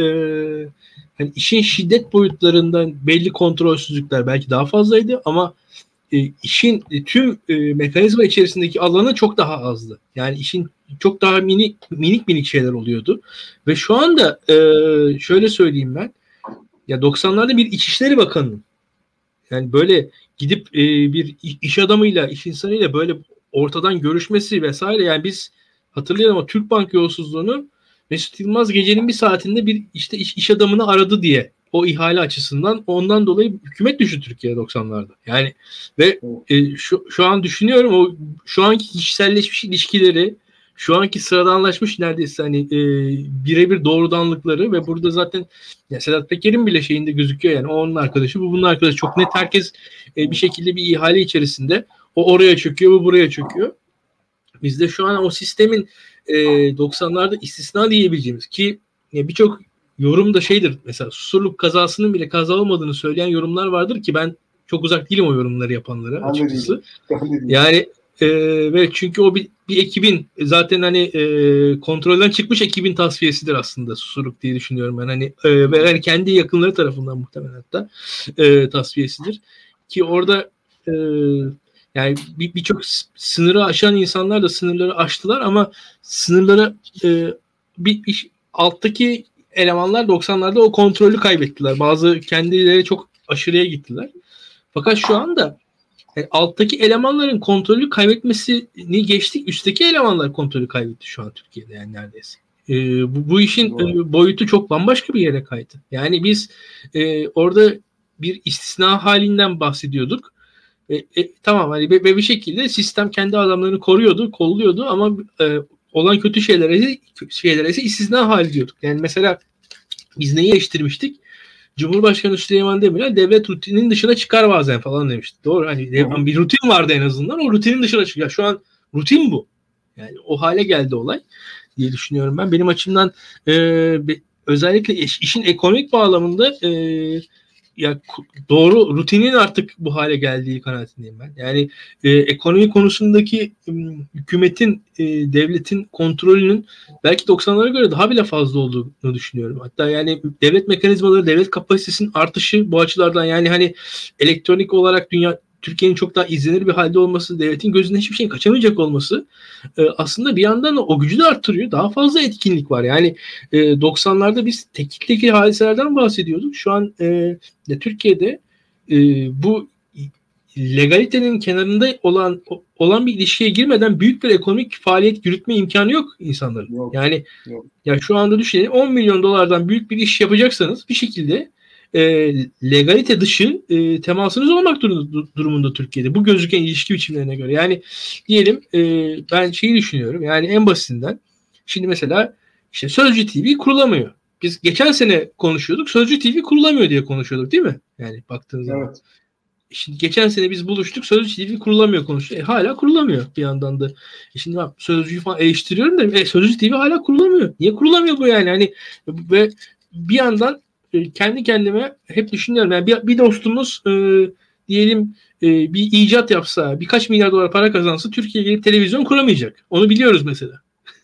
hani işin şiddet boyutlarından belli kontrolsüzlükler belki daha fazlaydı ama e, işin e, tüm e, mekanizma içerisindeki alanı çok daha azdı. Yani işin çok daha minik minik minik şeyler oluyordu ve şu anda e, şöyle söyleyeyim ben ya doksanlarda bir İçişleri Bakanı'nın yani böyle gidip e, bir iş adamıyla, iş insanıyla böyle ortadan görüşmesi vesaire yani biz hatırlayalım ama Türkbank yolsuzluğunu Mesut Yılmaz gecenin bir saatinde bir işte iş, iş adamını aradı diye o ihale açısından ondan dolayı hükümet düştü Türkiye'de doksanlarda. Yani ve e, şu, şu an düşünüyorum o şu anki kişiselleşmiş ilişkileri şu anki sıradanlaşmış neredeyse hani e, birebir doğrudanlıkları ve burada zaten ya Sedat Peker'in bile şeyinde gözüküyor yani o onun arkadaşı bu bunun arkadaşı çok net herkes e, bir şekilde bir ihale içerisinde o oraya çöküyor bu buraya çöküyor. Bizde şu an o sistemin e, doksanlarda istisna diyebileceğimiz ki e, birçok yorum da şeydir mesela Susurluk kazasının bile kaza olmadığını söyleyen yorumlar vardır ki ben çok uzak değilim o yorumları yapanlara açıkçası. Yani e, ve çünkü o bir, bir ekibin zaten hani e, kontrolden çıkmış ekibin tasfiyesidir aslında Susurluk diye düşünüyorum ben hani e, ve yani kendi yakınları tarafından muhtemelen hatta e, tasfiyesidir ki orada e, yani birçok bir sınırı aşan insanlar da sınırları aştılar ama sınırları e, bir, bir alttaki elemanlar doksanlarda o kontrolü kaybettiler. Bazı kendileri çok aşırıya gittiler. Fakat şu anda yani alttaki elemanların kontrolü kaybetmesini geçtik. Üstteki elemanlar kontrolü kaybetti şu an Türkiye'de yani neredeyse. E, bu, bu işin e, boyutu çok bambaşka bir yere kaydı. Yani biz e, orada bir istisna halinden bahsediyorduk. E, e, tamam hani ve bir şekilde sistem kendi adamlarını koruyordu, kolluyordu ama e, olan kötü şeylere şeylere ise istisna hali diyorduk. Yani mesela biz neyi eleştirmiştik? Cumhurbaşkanı Süleyman Demirel devlet rutininin dışına çıkar bazen falan demişti. Doğru hani de, bir rutin vardı en azından o rutinin dışına çıkıyor. Ya şu an rutin bu. Yani o hale geldi olay diye düşünüyorum ben. Benim açımdan e, özellikle iş, işin ekonomik bağlamında e, ya doğru rutinin artık bu hale geldiği kanaatindeyim ben. Yani e, ekonomi konusundaki e, hükümetin, e, devletin kontrolünün belki doksanlara göre daha bile fazla olduğunu düşünüyorum. Hatta yani devlet mekanizmaları, devlet kapasitesinin artışı bu açılardan yani hani elektronik olarak dünya Türkiye'nin çok daha izlenir bir halde olması, devletin gözünden hiçbir şeyin kaçamayacak olması e, aslında bir yandan da o gücü de arttırıyor. Daha fazla etkinlik var. Yani e, doksanlarda biz tekil tekil hadiselerden bahsediyorduk. Şu an e, Türkiye'de e, bu legalitenin kenarında olan olan bir ilişkiye girmeden büyük bir ekonomik faaliyet yürütme imkanı yok insanların. Yok, yani yok. Ya şu anda düşünelim on milyon dolardan büyük bir iş yapacaksanız bir şekilde e, legalite dışı e, temasınız olmak durumunda Türkiye'de. Bu gözüken ilişki biçimlerine göre. Yani diyelim e, ben şeyi düşünüyorum. Yani en basitinden şimdi mesela işte Sözcü T V kurulamıyor. Biz geçen sene konuşuyorduk. Sözcü T V kurulamıyor diye konuşuyorduk değil mi? Yani baktığınız zaman. Evet. Şimdi geçen sene biz buluştuk. Sözcü T V kurulamıyor konuşuyor. E, hala kurulamıyor bir yandan da. E şimdi ben Sözcü'yü falan eleştiriyorum da e, Sözcü T V hala kurulamıyor. Niye kurulamıyor bu yani? Hani ve bir yandan e, kendi kendime hep düşünüyorum. Yani bir, bir dostumuz e, diyelim e, bir icat yapsa, birkaç milyar dolar para kazansa Türkiye'ye gelip televizyon kuramayacak. Onu biliyoruz mesela.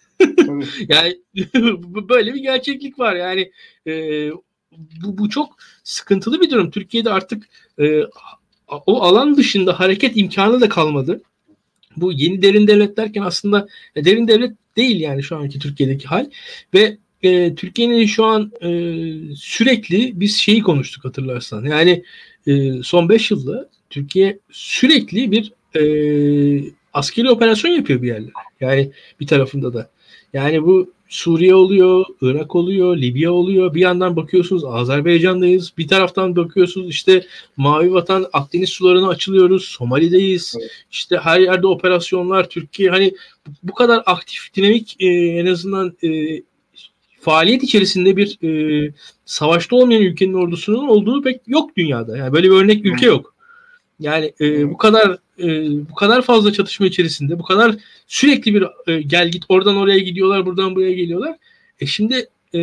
Yani böyle bir gerçeklik var. Yani e, bu, bu çok sıkıntılı bir durum. Türkiye'de artık e, o alan dışında hareket imkanı da kalmadı. Bu yeni derin devlet derken aslında derin devlet değil yani şu anki Türkiye'deki hal ve e, Türkiye'nin şu an e, sürekli biz şeyi konuştuk hatırlarsan. Yani e, son beş yılda Türkiye sürekli bir e, askeri operasyon yapıyor bir yerler. Yani bir tarafında da. Yani bu Suriye oluyor, Irak oluyor, Libya oluyor. Bir yandan bakıyorsunuz Azerbaycan'dayız. Bir taraftan bakıyorsunuz işte Mavi Vatan, Akdeniz sularına açılıyoruz. Somali'deyiz. Evet. İşte her yerde operasyonlar. Türkiye hani bu kadar aktif, dinamik e, en azından e, faaliyet içerisinde bir e, savaşta olmayan ülkenin ordusunun olduğu pek yok dünyada. Yani böyle bir örnek ülke yok. Yani e, bu kadar e, bu kadar fazla çatışma içerisinde, bu kadar sürekli bir e, gel git oradan oraya gidiyorlar, buradan buraya geliyorlar. E şimdi e,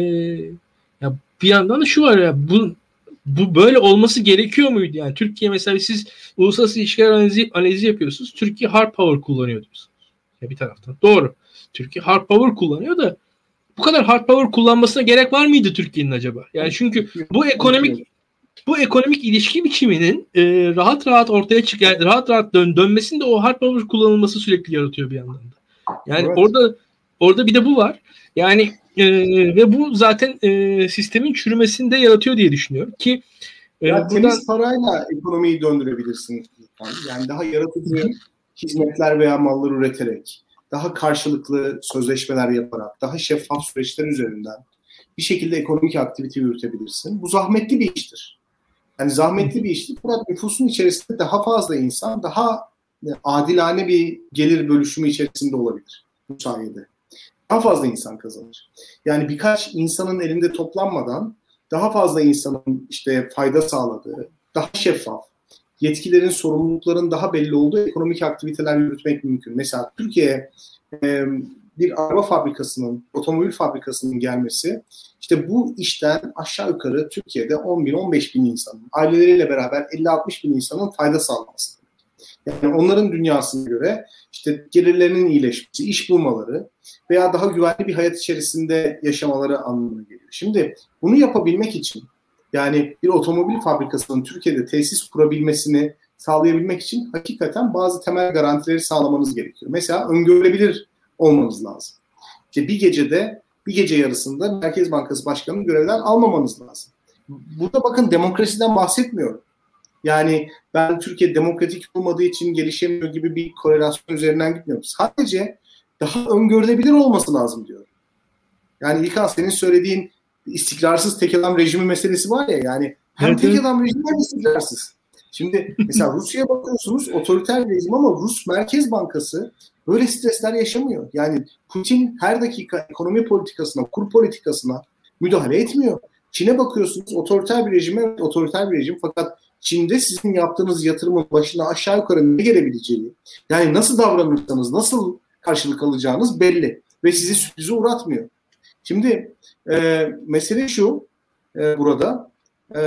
ya bir yandan da şu var ya bu bu böyle olması gerekiyor muydu? Yani Türkiye mesela siz uluslararası ilişkiler analizi, analizi yapıyorsunuz. Türkiye hard power kullanıyor diyorsunuz. Ya bir taraftan. Doğru. Türkiye hard power kullanıyor da bu kadar hard power kullanmasına gerek var mıydı Türkiye'nin acaba? Yani çünkü bu ekonomik bu ekonomik ilişki biçiminin e, rahat rahat ortaya çık yani rahat rahat dön dönmesinde o hard power kullanılması sürekli yaratıyor bir yandan da. Yani Evet. orada orada bir de bu var. Yani e, ve bu zaten e, sistemin çürümesini de yaratıyor diye düşünüyorum ki e, Ya buradan temiz parayla ekonomiyi döndürebilirsin. Yani daha yaratıcı hizmetler veya mallar üreterek, daha karşılıklı sözleşmeler yaparak, daha şeffaf süreçler üzerinden bir şekilde ekonomik aktivite yürütebilirsin. Bu zahmetli bir iştir. Yani zahmetli bir iştir. Fakat nüfusun içerisinde daha fazla insan, daha adilane bir gelir bölüşümü içerisinde olabilir bu sayede. Daha fazla insan kazanır. Yani birkaç insanın elinde toplanmadan daha fazla insanın işte fayda sağladığı, daha şeffaf, yetkilerin, sorumlulukların daha belli olduğu ekonomik aktiviteler yürütmek mümkün. Mesela Türkiye'ye e, bir araba fabrikasının, otomobil fabrikasının gelmesi, işte bu işten aşağı yukarı Türkiye'de on bin on beş bin insanın, aileleriyle beraber elli altmış bin insanın fayda sağlaması. Yani onların dünyasına göre işte gelirlerinin iyileşmesi, iş bulmaları veya daha güvenli bir hayat içerisinde yaşamaları anlamına geliyor. Şimdi bunu yapabilmek için yani bir otomobil fabrikasının Türkiye'de tesis kurabilmesini sağlayabilmek için hakikaten bazı temel garantileri sağlamanız gerekiyor. Mesela öngörülebilir olmanız lazım. İşte bir gecede, bir gece yarısında Merkez Bankası Başkanı'nı görevden almamanız lazım. Burada bakın demokrasiden bahsetmiyorum. Yani ben Türkiye demokratik olmadığı için gelişemiyor gibi bir korelasyon üzerinden gitmiyorum. Sadece daha öngörülebilir olması lazım diyorum. Yani İlkan senin söylediğin istikrarsız tek adam rejimi meselesi var ya yani hem evet, tek evet. adam rejimi hem istikrarsız. Şimdi mesela Rusya'ya bakıyorsunuz otoriter bir rejim ama Rus Merkez Bankası böyle stresler yaşamıyor. Yani Putin her dakika ekonomi politikasına, kur politikasına müdahale etmiyor. Çin'e bakıyorsunuz otoriter bir rejim, evet otoriter bir rejim fakat Çin'de sizin yaptığınız yatırımın başına aşağı yukarı ne gelebileceği, yani nasıl davranırsanız, nasıl karşılık alacağınız belli ve sizi sürprize uğratmıyor. Şimdi e, mesele şu e, burada e,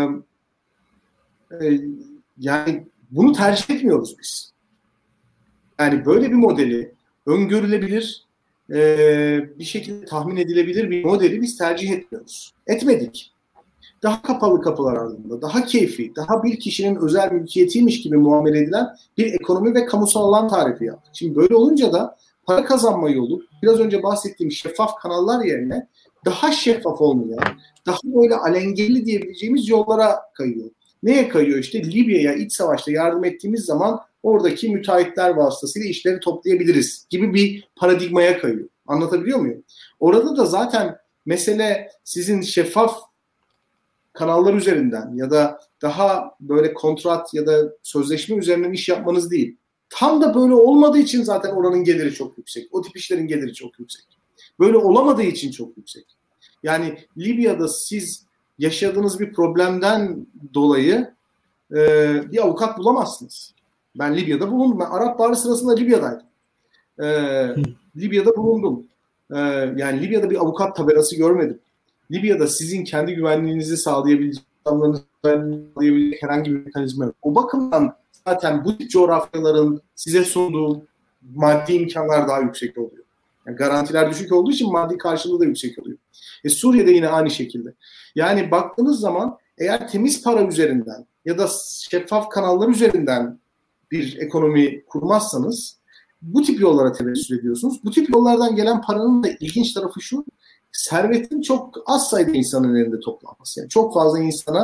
e, yani bunu tercih etmiyoruz biz. Yani böyle bir modeli öngörülebilir e, bir şekilde tahmin edilebilir bir modeli biz tercih etmiyoruz. Etmedik. Daha kapalı kapılar ardında, daha keyfi, daha bir kişinin özel mülkiyetiymiş gibi muamele edilen bir ekonomi ve kamusal alan tarifi yaptık. Şimdi böyle olunca da para kazanma yolu, biraz önce bahsettiğim şeffaf kanallar yerine daha şeffaf olmayan, daha böyle alengirli diyebileceğimiz yollara kayıyor. Neye kayıyor? İşte Libya'ya iç savaşta yardım ettiğimiz zaman oradaki müteahhitler vasıtasıyla işleri toplayabiliriz gibi bir paradigmaya kayıyor. Anlatabiliyor muyum? Orada da zaten mesele sizin şeffaf kanallar üzerinden ya da daha böyle kontrat ya da sözleşme üzerinden iş yapmanız değil. Tam da böyle olmadığı için zaten oranın geliri çok yüksek. O tip işlerin geliri çok yüksek. Böyle olamadığı için çok yüksek. Yani Libya'da siz yaşadığınız bir problemden dolayı e, bir avukat bulamazsınız. Ben Libya'da bulundum. Ben Arap Baharı sırasında Libya'daydım. E, Libya'da bulundum. E, yani Libya'da bir avukat tabelası görmedim. Libya'da sizin kendi güvenliğinizi sağlayabilecek, sağlayabilecek herhangi bir mekanizma yok. O bakımdan zaten bu coğrafyaların size sunduğu maddi imkanlar daha yüksek oluyor. Yani garantiler düşük olduğu için maddi karşılığı da yüksek oluyor. E Suriye'de yine aynı şekilde. Yani baktığınız zaman eğer temiz para üzerinden ya da şeffaf kanallar üzerinden bir ekonomi kurmazsanız bu tip yollara tevessül ediyorsunuz. Bu tip yollardan gelen paranın da ilginç tarafı şu, servetin çok az sayıda insanın elinde toplanması. Yani çok fazla insana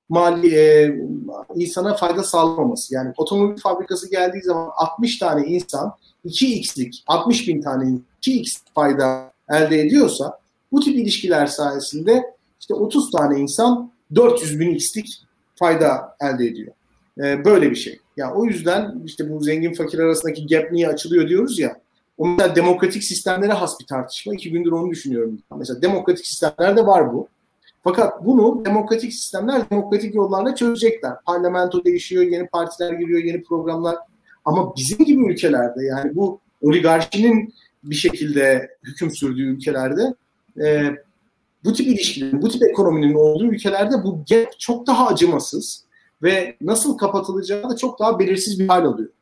mali e, insana fayda sağlamaması. Yani otomobil fabrikası geldiği zaman altmış tane insan iki x'lik altmış bin tane iki x fayda elde ediyorsa bu tip ilişkiler sayesinde işte otuz tane insan dört yüz bin x'lik fayda elde ediyor. E, böyle bir şey. Yani o yüzden işte bu zengin fakir arasındaki gap niye açılıyor diyoruz ya. O mesela demokratik sistemlere has bir tartışma. İki gündür onu düşünüyorum. Mesela demokratik sistemlerde var bu. Fakat bunu demokratik sistemler demokratik yollarla çözecekler. Parlamento değişiyor, yeni partiler giriyor, yeni programlar. Ama bizim gibi ülkelerde, yani bu oligarşinin bir şekilde hüküm sürdüğü ülkelerde, e, bu tip ilişkilerin, bu tip ekonominin olduğu ülkelerde bu gap çok daha acımasız ve nasıl kapatılacağı da çok daha belirsiz bir hal alıyor.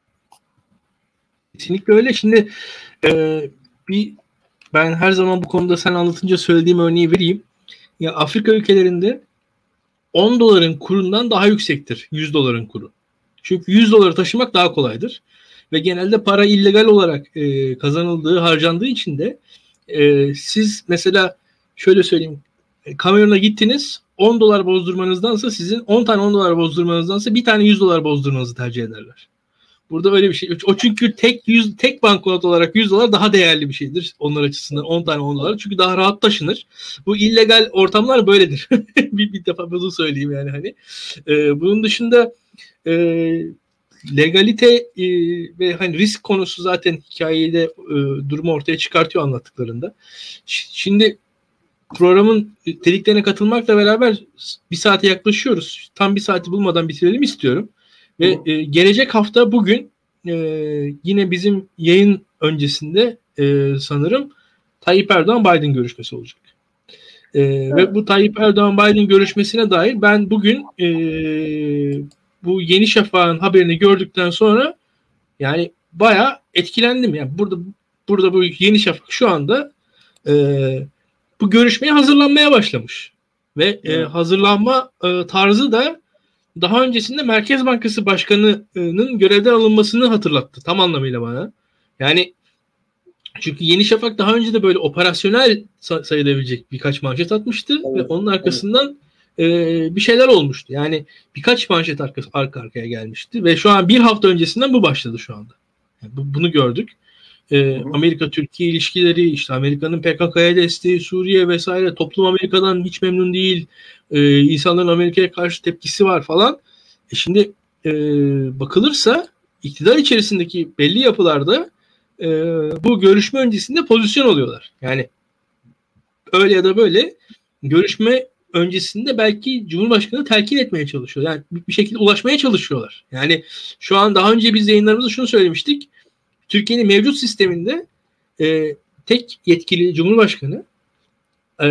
Kesinlikle öyle. Şimdi e, bir ben her zaman bu konuda sen anlatınca söylediğim örneği vereyim. Ya Afrika ülkelerinde on doların kurundan daha yüksektir yüz doların kuru. Çünkü yüz doları taşımak daha kolaydır. Ve genelde para illegal olarak e, kazanıldığı, harcandığı için de e, siz mesela şöyle söyleyeyim. E, Kamerun'a gittiniz, on dolar bozdurmanızdansa sizin on tane on dolar bozdurmanızdansa bir tane yüz dolar bozdurmanızı tercih ederler. Burada öyle bir şey. O çünkü tek yüz tek banknot olarak yüz dolar daha değerli bir şeydir onlar açısından, on tane on dolar. Çünkü daha rahat taşınır. Bu illegal ortamlar böyledir. bir, bir defa bunu söyleyeyim yani hani. Ee, bunun dışında e, legalite e, ve hani risk konusu zaten hikayede e, durumu ortaya çıkartıyor anlattıklarında. Ş- şimdi programın dediklerine katılmakla beraber bir saate yaklaşıyoruz. Tam bir saati bulmadan bitirelim istiyorum. Ve e, gelecek hafta bugün e, yine bizim yayın öncesinde e, sanırım Tayyip Erdoğan-Biden görüşmesi olacak. E, evet. Ve bu Tayyip Erdoğan-Biden görüşmesine dair ben bugün e, bu Yeni Şafak'ın haberini gördükten sonra yani bayağı etkilendim. Yani burada burada bu Yeni Şafak şu anda e, bu görüşmeye hazırlanmaya başlamış. Ve evet. e, hazırlanma e, tarzı da daha öncesinde Merkez Bankası Başkanı'nın görevden alınmasını hatırlattı tam anlamıyla bana. Yani çünkü Yeni Şafak daha önce de böyle operasyonel sayılabilecek birkaç manşet atmıştı evet. Ve onun arkasından evet. e, bir şeyler olmuştu. Yani birkaç manşet arka, arka arkaya gelmişti ve şu an bir hafta öncesinden bu başladı şu anda. Yani bu, bunu gördük. E, Amerika-Türkiye ilişkileri, işte Amerika'nın P K K'ya desteği, Suriye vesaire, toplum Amerika'dan hiç memnun değil, e, insanların Amerika'ya karşı tepkisi var falan. E şimdi e, bakılırsa iktidar içerisindeki belli yapılarda e, bu görüşme öncesinde pozisyon alıyorlar. Yani öyle ya da böyle görüşme öncesinde belki Cumhurbaşkanı telkin etmeye çalışıyor. Yani bir şekilde ulaşmaya çalışıyorlar. Yani şu an daha önce biz yayınlarımızda şunu söylemiştik. Türkiye'nin mevcut sisteminde e, tek yetkili Cumhurbaşkanı e,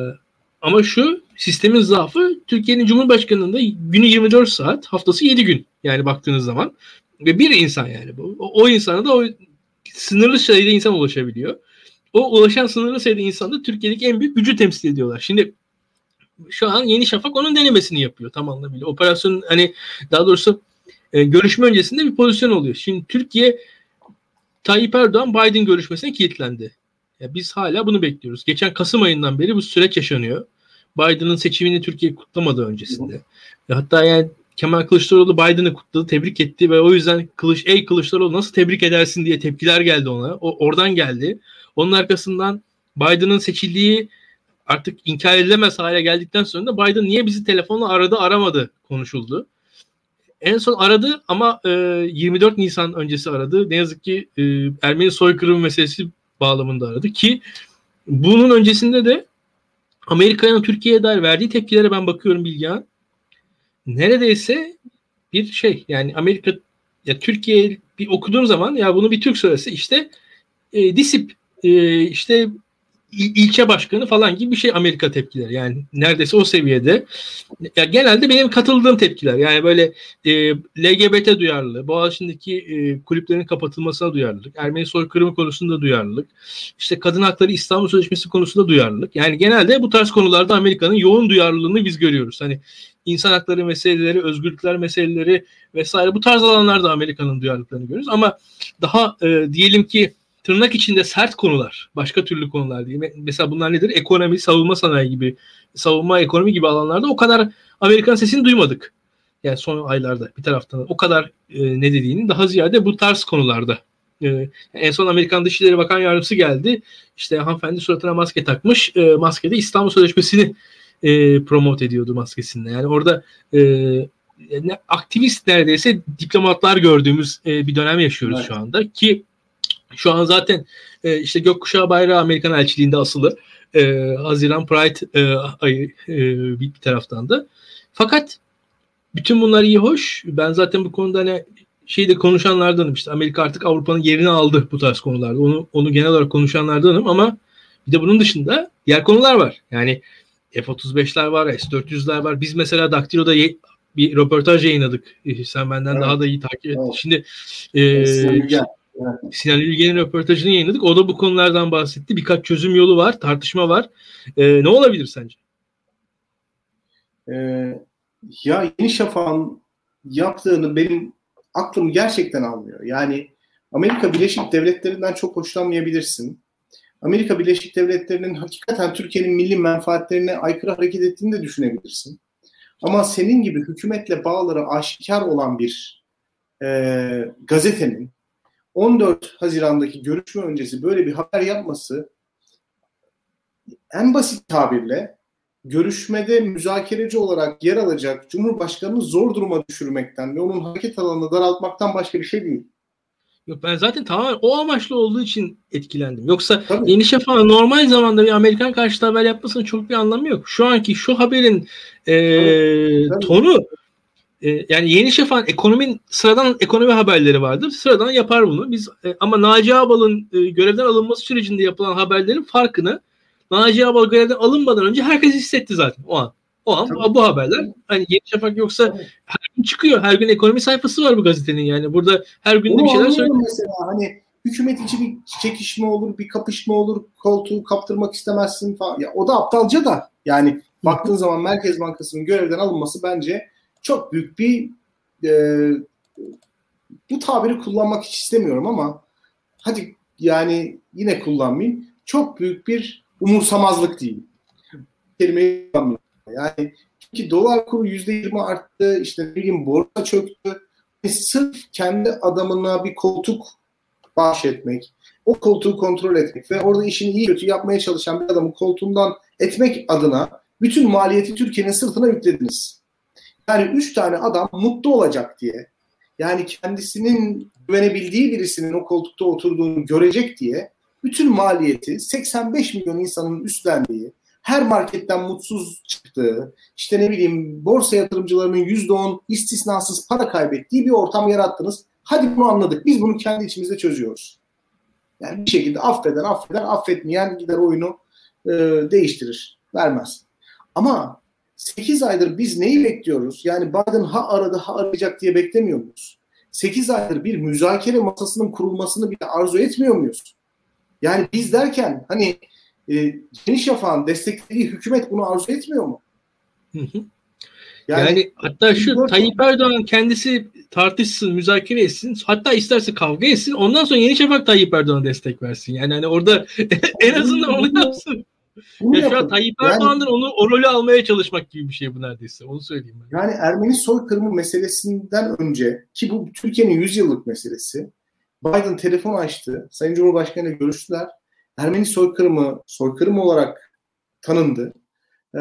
ama şu sistemin zaafı Türkiye'nin Cumhurbaşkanı'nda günü yirmi dört saat, haftası yedi gün yani baktığınız zaman ve bir insan yani bu. O, o insana da o sınırlı sayıda insan ulaşabiliyor. O ulaşan sınırlı sayıda insan da Türkiye'deki en büyük gücü temsil ediyorlar. Şimdi şu an Yeni Şafak onun denemesini yapıyor tam anlamıyla. Operasyon hani daha doğrusu e, görüşme öncesinde bir pozisyon oluyor. Şimdi Türkiye Tayyip Erdoğan Biden görüşmesine kilitlendi. Ya biz hala bunu bekliyoruz. Geçen Kasım ayından beri bu süreç yaşanıyor. Biden'ın seçimini Türkiye kutlamadı öncesinde. Ya hatta yani Kemal Kılıçdaroğlu Biden'ı kutladı, tebrik etti ve o yüzden Kılıç, ey Kılıçdaroğlu nasıl tebrik edersin diye tepkiler geldi ona. O oradan geldi. Onun arkasından Biden'ın seçildiği artık inkar edilemez hale geldikten sonra da Biden niye bizi telefonla aradı aramadı konuşuldu. En son aradı ama e, yirmi dört Nisan öncesi aradı. Ne yazık ki e, Ermeni soykırımı meselesi bağlamında aradı ki bunun öncesinde de Amerika'nın Türkiye'ye dair verdiği tepkilere ben bakıyorum Bilgehan. Neredeyse bir şey yani Amerika ya Türkiye bir okuduğum zaman ya bunu bir Türk söylese işte e, disip e, işte ilçe başkanı falan gibi bir şey Amerika tepkileri. Yani neredeyse o seviyede. Ya genelde benim katıldığım tepkiler. Yani böyle e, L G B T duyarlılığı, Boğaziçi'ndeki e, kulüplerin kapatılmasına duyarlılık, Ermeni soykırımı konusunda duyarlılık, işte kadın hakları İstanbul Sözleşmesi konusunda duyarlılık. Yani genelde bu tarz konularda Amerika'nın yoğun duyarlılığını biz görüyoruz. Hani insan hakları meseleleri, özgürlükler meseleleri vesaire bu tarz alanlarda Amerika'nın duyarlılıklarını görüyoruz. Ama daha e, diyelim ki tırnak içinde sert konular, başka türlü konular değil. Mesela bunlar nedir? Ekonomi, savunma sanayi gibi, savunma ekonomi gibi alanlarda o kadar Amerikan sesini duymadık. Yani son aylarda bir taraftan o kadar e, ne dediğinin daha ziyade bu tarz konularda. E, en son Amerikan Dışişleri Bakan Yardımcısı geldi. İşte hanımefendi suratına maske takmış. E, maskede İstanbul Sözleşmesi'ni e, promote ediyordu maskesinde. Yani orada e, ne, aktivist neredeyse diplomatlar gördüğümüz e, bir dönem yaşıyoruz evet. Şu anda ki şu an zaten e, işte gökkuşağı bayrağı Amerikan elçiliğinde asılı. E, Haziran Pride e, ayı e, bir, bir taraftan da. Fakat bütün bunlar iyi hoş. Ben zaten bu konuda hani şeyde konuşanlardanım. İşte Amerika artık Avrupa'nın yerini aldı bu tarz konularda. Onu onu genel olarak konuşanlardanım ama bir de bunun dışında diğer konular var. Yani F otuz beşler var, S dört yüzler var. Biz mesela Daktilo'da ye- bir röportaj yayınladık. Sen benden evet. Daha da iyi takip et. Evet. Şimdi e, Sinan Ülgen. Evet. Sinan Ülgen'in röportajını yayınladık. O da bu konulardan bahsetti. Birkaç çözüm yolu var, tartışma var. E, ne olabilir sence? Ee, ya Yeni Şafak'ın yaptığını benim aklım gerçekten almıyor. Yani Amerika Birleşik Devletleri'nden çok hoşlanmayabilirsin. Amerika Birleşik Devletleri'nin hakikaten Türkiye'nin milli menfaatlerine aykırı hareket ettiğini de düşünebilirsin. Ama senin gibi hükümetle bağları aşikar olan bir e, gazetenin on dört Haziran'daki görüşme öncesi böyle bir haber yapması en basit tabirle görüşmede müzakereci olarak yer alacak Cumhurbaşkanı'nı zor duruma düşürmekten ve onun hareket alanını daraltmaktan başka bir şey değil. Yok, ben zaten tamamen o amaçlı olduğu için etkilendim. Yoksa Tabii. Yeni Şafak'ın normal zamanda bir Amerikan karşıtı haber yapmasının çok bir anlamı yok. Şu anki şu haberin e, Tabii. Tabii. tonu e, yani Yeni Şafak'ın ekonomi sıradan ekonomi haberleri vardır. Sıradan yapar bunu. Biz e, ama Naci Ağbal'ın e, görevden alınması sürecinde yapılan haberlerin farkını Naci Ağbal görevden alınmadan önce herkes hissetti zaten o an. O an Tabii. bu haberler hani Yeni Şafak yoksa Tabii. her gün çıkıyor. Her gün ekonomi sayfası var bu gazetenin yani. Burada her gün de bir şeyler söylüyor. Mesela hani hükümet içi bir çekişme olur, bir kapışma olur, koltuğu kaptırmak istemezsin falan. Ya, o da aptalca da yani baktığın zaman Merkez Bankası'nın görevden alınması bence çok büyük bir e, bu tabiri kullanmak hiç istemiyorum ama hadi yani yine kullanmayayım. Çok büyük bir umursamazlık değil. Kelimeyi kullanmıyorum. Yani çünkü dolar kuru yüzde yirmi arttı, işte ne bileyim borsa çöktü. E, sırf kendi adamına bir koltuk bahşetmek, o koltuğu kontrol etmek ve orada işini iyi kötü yapmaya çalışan bir adamı koltuğundan etmek adına bütün maliyeti Türkiye'nin sırtına yüklediniz. Yani üç tane adam mutlu olacak diye, yani kendisinin güvenebildiği birisinin o koltukta oturduğunu görecek diye bütün maliyeti seksen beş milyon insanın üstlendiği, her marketten mutsuz çıktığı, işte ne bileyim borsa yatırımcılarının yüzde on istisnasız para kaybettiği bir ortam yarattınız. Hadi bunu anladık. Biz bunu kendi içimizde çözüyoruz. Yani bir şekilde affeden affeder, affetmeyen gider oyunu e, değiştirir, vermez. Ama sekiz aydır biz neyi bekliyoruz? Yani Biden ha aradı ha arayacak diye beklemiyor muyuz? sekiz aydır bir müzakere masasının kurulmasını bile arzu etmiyor muyuz? Yani biz derken hani e, Yeni Şafak'ın desteklediği hükümet bunu arzu etmiyor mu? Hı hı. Yani, yani hatta şu Tayyip Erdoğan kendisi tartışsın, müzakere etsin, hatta isterse kavga etsin, ondan sonra Yeni Şafak Tayyip Erdoğan'a destek versin. Yani hani orada en azından onu yapsın. Ya şu an Tayyip Erdoğan'dan yani, onu o rolü almaya çalışmak gibi bir şey bu neredeyse. Onu söyleyeyim ben. Yani Ermeni soykırımı meselesinden önce ki bu Türkiye'nin yüz yıllık meselesi. Biden telefon açtı. Sayın Cumhurbaşkanı ile görüştüler. Ermeni soykırımı soykırım olarak tanındı. Ee,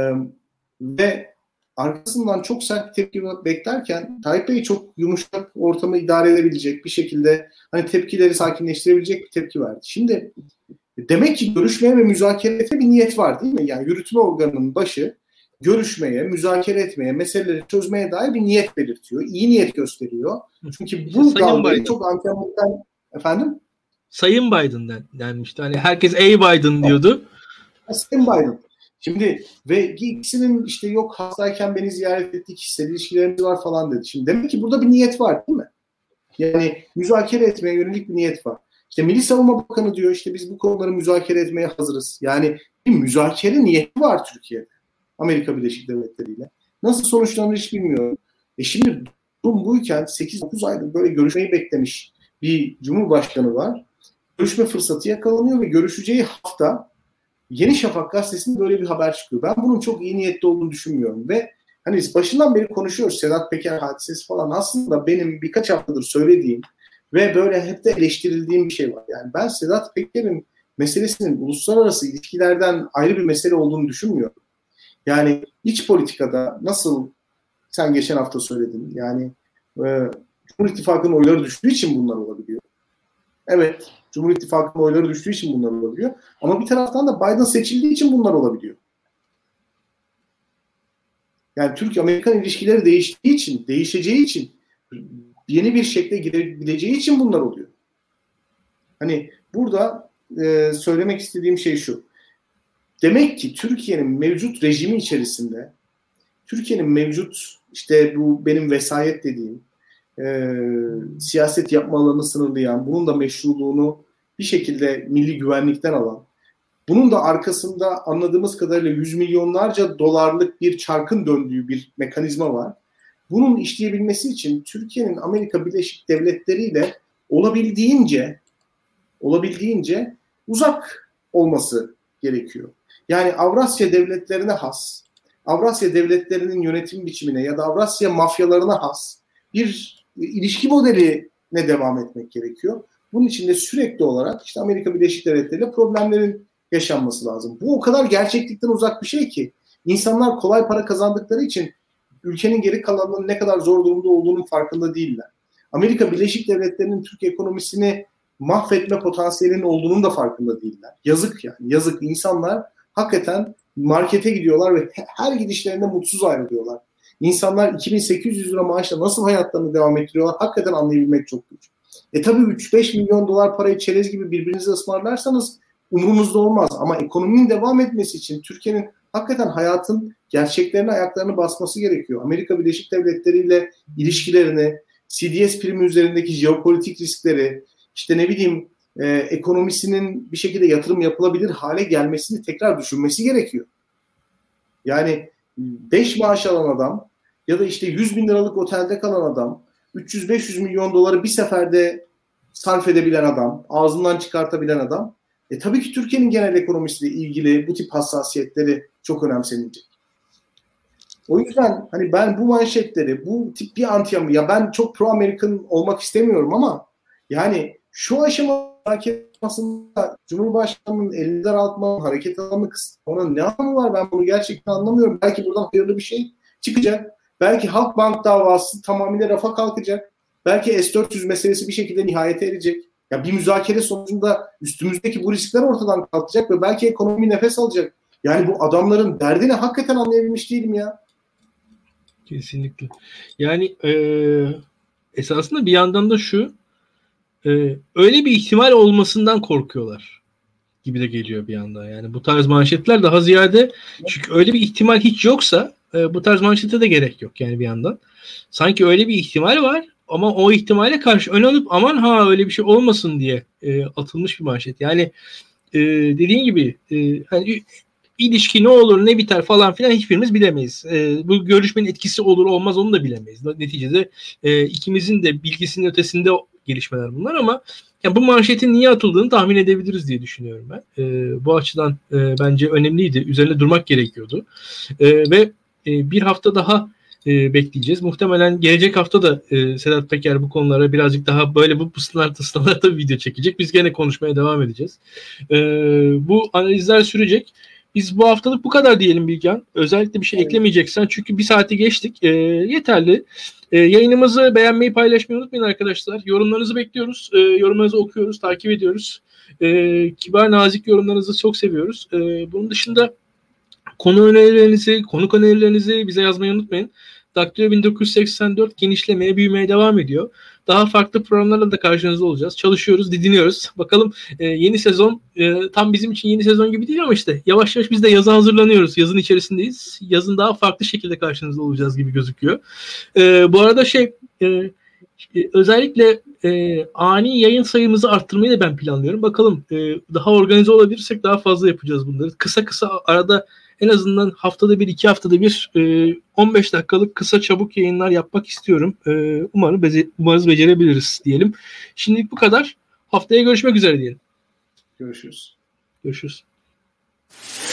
ve arkasından çok sert bir tepki beklerken Tayyip Bey çok yumuşak ortamı idare edebilecek bir şekilde hani tepkileri sakinleştirebilecek bir tepki verdi. Şimdi demek ki görüşmeye ve müzakere etmeye bir niyet var değil mi? Yani yürütme organının başı görüşmeye, müzakere etmeye, meseleleri çözmeye dair bir niyet belirtiyor. İyi niyet gösteriyor. Çünkü bu dalgayı çok antrenmandan efendim? Sayın Biden'dan denmişti. Hani herkes ey Biden diyordu. Sayın Biden. Şimdi ve ikisinin işte yok hastayken beni ziyaret ettik, kişisel ilişkilerimiz var falan dedi. Şimdi demek ki burada bir niyet var değil mi? Yani müzakere etmeye yönelik bir niyet var. İşte Milli Savunma Bakanı diyor işte biz bu konuları müzakere etmeye hazırız. Yani bir müzakere niyeti var Türkiye'de. Amerika Birleşik Devletleri ile. Nasıl sonuçlanır hiç bilmiyorum. E şimdi durum buyken sekiz dokuz aydır böyle görüşmeyi beklemiş bir cumhurbaşkanı var. görüşme fırsatı yakalanıyor ve görüşeceği hafta Yeni Şafak gazetesinde böyle bir haber çıkıyor. Ben bunun çok iyi niyetli olduğunu düşünmüyorum ve hani biz başından beri konuşuyoruz Sedat Peker hadisesi falan. Aslında benim birkaç haftadır söylediğim ve böyle hep de eleştirildiğim bir şey var. Yani ben Sedat Peker'in meselesinin uluslararası ilişkilerden ayrı bir mesele olduğunu düşünmüyorum. Yani iç politikada nasıl sen geçen hafta söyledin, yani e, Cumhur İttifakı'nın oyları düştüğü için bunlar olabiliyor. Evet, Cumhur İttifakı'nın oyları düştüğü için bunlar olabiliyor. Ama bir taraftan da Biden seçildiği için bunlar olabiliyor. Yani Türk-Amerikan ilişkileri değiştiği için, değişeceği için, yeni bir şekle girebileceği için bunlar oluyor. Hani burada e, söylemek istediğim şey şu. Demek ki Türkiye'nin mevcut rejimi içerisinde, Türkiye'nin mevcut işte bu benim vesayet dediğim e, siyaset yapma alanını sınırlayan, bunun da meşruluğunu bir şekilde milli güvenlikten alan, bunun da arkasında anladığımız kadarıyla yüz milyonlarca dolarlık bir çarkın döndüğü bir mekanizma var. Bunun işleyebilmesi için Türkiye'nin Amerika Birleşik Devletleri ile olabildiğince olabildiğince uzak olması gerekiyor. Yani Avrasya devletlerine has, Avrasya devletlerinin yönetim biçimine ya da Avrasya mafyalarına has bir ilişki modeline devam etmek gerekiyor. Bunun için de sürekli olarak işte Amerika Birleşik Devletleri ile problemlerin yaşanması lazım. Bu o kadar gerçeklikten uzak bir şey ki insanlar kolay para kazandıkları için ülkenin geri kalanının ne kadar zor durumda olduğunun farkında değiller. Amerika Birleşik Devletleri'nin Türk ekonomisini mahvetme potansiyelinin olduğunun da farkında değiller. Yazık yani. Yazık. İnsanlar hakikaten markete gidiyorlar ve her gidişlerinde mutsuz ayrılıyorlar. İnsanlar iki bin sekiz yüz lira maaşla nasıl hayatlarını devam ettiriyorlar hakikaten anlayabilmek çok güç. E tabii üç beş milyon dolar parayı çerez gibi birbirinize ısmarlarsanız umurunuzda olmaz. Ama ekonominin devam etmesi için Türkiye'nin hakikaten hayatın gerçeklerine ayaklarını basması gerekiyor. Amerika Birleşik Devletleri ile ilişkilerini, C D S primi üzerindeki jeopolitik riskleri, işte ne bileyim e, ekonomisinin bir şekilde yatırım yapılabilir hale gelmesini tekrar düşünmesi gerekiyor. Yani beş maaş alan adam ya da işte yüz bin liralık otelde kalan adam, üç yüz beş yüz milyon doları bir seferde sarf edebilen adam, ağzından çıkartabilen adam, e tabii ki Türkiye'nin genel ekonomisiyle ilgili bu tip hassasiyetleri çok önemsenecek. O yüzden hani ben bu manşetleri, bu tip bir anti-Amerikan, ya ben çok pro-Amerikan olmak istemiyorum ama yani şu aşama aşamasında Cumhurbaşkanı'nın elini daraltma, hareket alanını kısıtlamanın ne anlamı var? Ben bunu gerçekten anlamıyorum. Belki buradan hayırlı bir şey çıkacak. Belki Halkbank davası tamamıyla rafa kalkacak. Belki S dört yüz meselesi bir şekilde nihayete erecek. Ya bir müzakere sonucunda üstümüzdeki bu riskler ortadan kalkacak ve belki ekonomi nefes alacak. Yani bu adamların derdini hakikaten anlayabilmiş değilim ya. Kesinlikle. Yani e, esasında bir yandan da şu, e, öyle bir ihtimal olmasından korkuyorlar gibi de geliyor bir yandan. Yani bu tarz manşetler daha ziyade, çünkü öyle bir ihtimal hiç yoksa e, bu tarz manşete de gerek yok yani bir yandan. Sanki öyle bir ihtimal var ama o ihtimale karşı ön alıp aman ha öyle bir şey olmasın diye e, atılmış bir manşet. Yani e, dediğin gibi e, hani ilişki ne olur ne biter falan filan hiçbirimiz bilemeyiz. E, bu görüşmenin etkisi olur olmaz onu da bilemeyiz. Neticede e, ikimizin de bilgisinin ötesinde gelişmeler bunlar ama yani bu manşetin niye atıldığını tahmin edebiliriz diye düşünüyorum ben. E, bu açıdan e, bence önemliydi. Üzerine durmak gerekiyordu. E, ve e, bir hafta daha e, bekleyeceğiz. Muhtemelen gelecek hafta da e, Sedat Peker bu konulara birazcık daha böyle bu standart standartta bir video çekecek. Biz gene konuşmaya devam edeceğiz. E, bu analizler sürecek. Biz bu haftalık bu kadar diyelim Bilgehan. Özellikle bir şey evet. eklemeyeceksen çünkü bir saati geçtik. E, yeterli. E, yayınımızı beğenmeyi, paylaşmayı unutmayın arkadaşlar. Yorumlarınızı bekliyoruz. E, yorumlarınızı okuyoruz, takip ediyoruz. E, kibar, nazik yorumlarınızı çok seviyoruz. E, bunun dışında konu önerilerinizi, konuk önerilerinizi bize yazmayı unutmayın. Daktilo bin dokuz yüz seksen dört genişlemeye, büyümeye devam ediyor. Daha farklı programlarla da karşınızda olacağız. Çalışıyoruz, didiniyoruz. Bakalım e, yeni sezon e, tam bizim için yeni sezon gibi değil ama işte yavaş yavaş biz de yaza hazırlanıyoruz. Yazın içerisindeyiz. Yazın daha farklı şekilde karşınızda olacağız gibi gözüküyor. E, bu arada şey e, özellikle e, ani yayın sayımızı arttırmayı da ben planlıyorum. Bakalım e, daha organize olabilirsek daha fazla yapacağız bunları. Kısa kısa arada en azından haftada bir, iki haftada bir e, on beş dakikalık kısa çabuk yayınlar yapmak istiyorum. E, umarım beze- umarız becerebiliriz diyelim. Şimdilik bu kadar. Haftaya görüşmek üzere diyelim. Görüşürüz. Görüşürüz.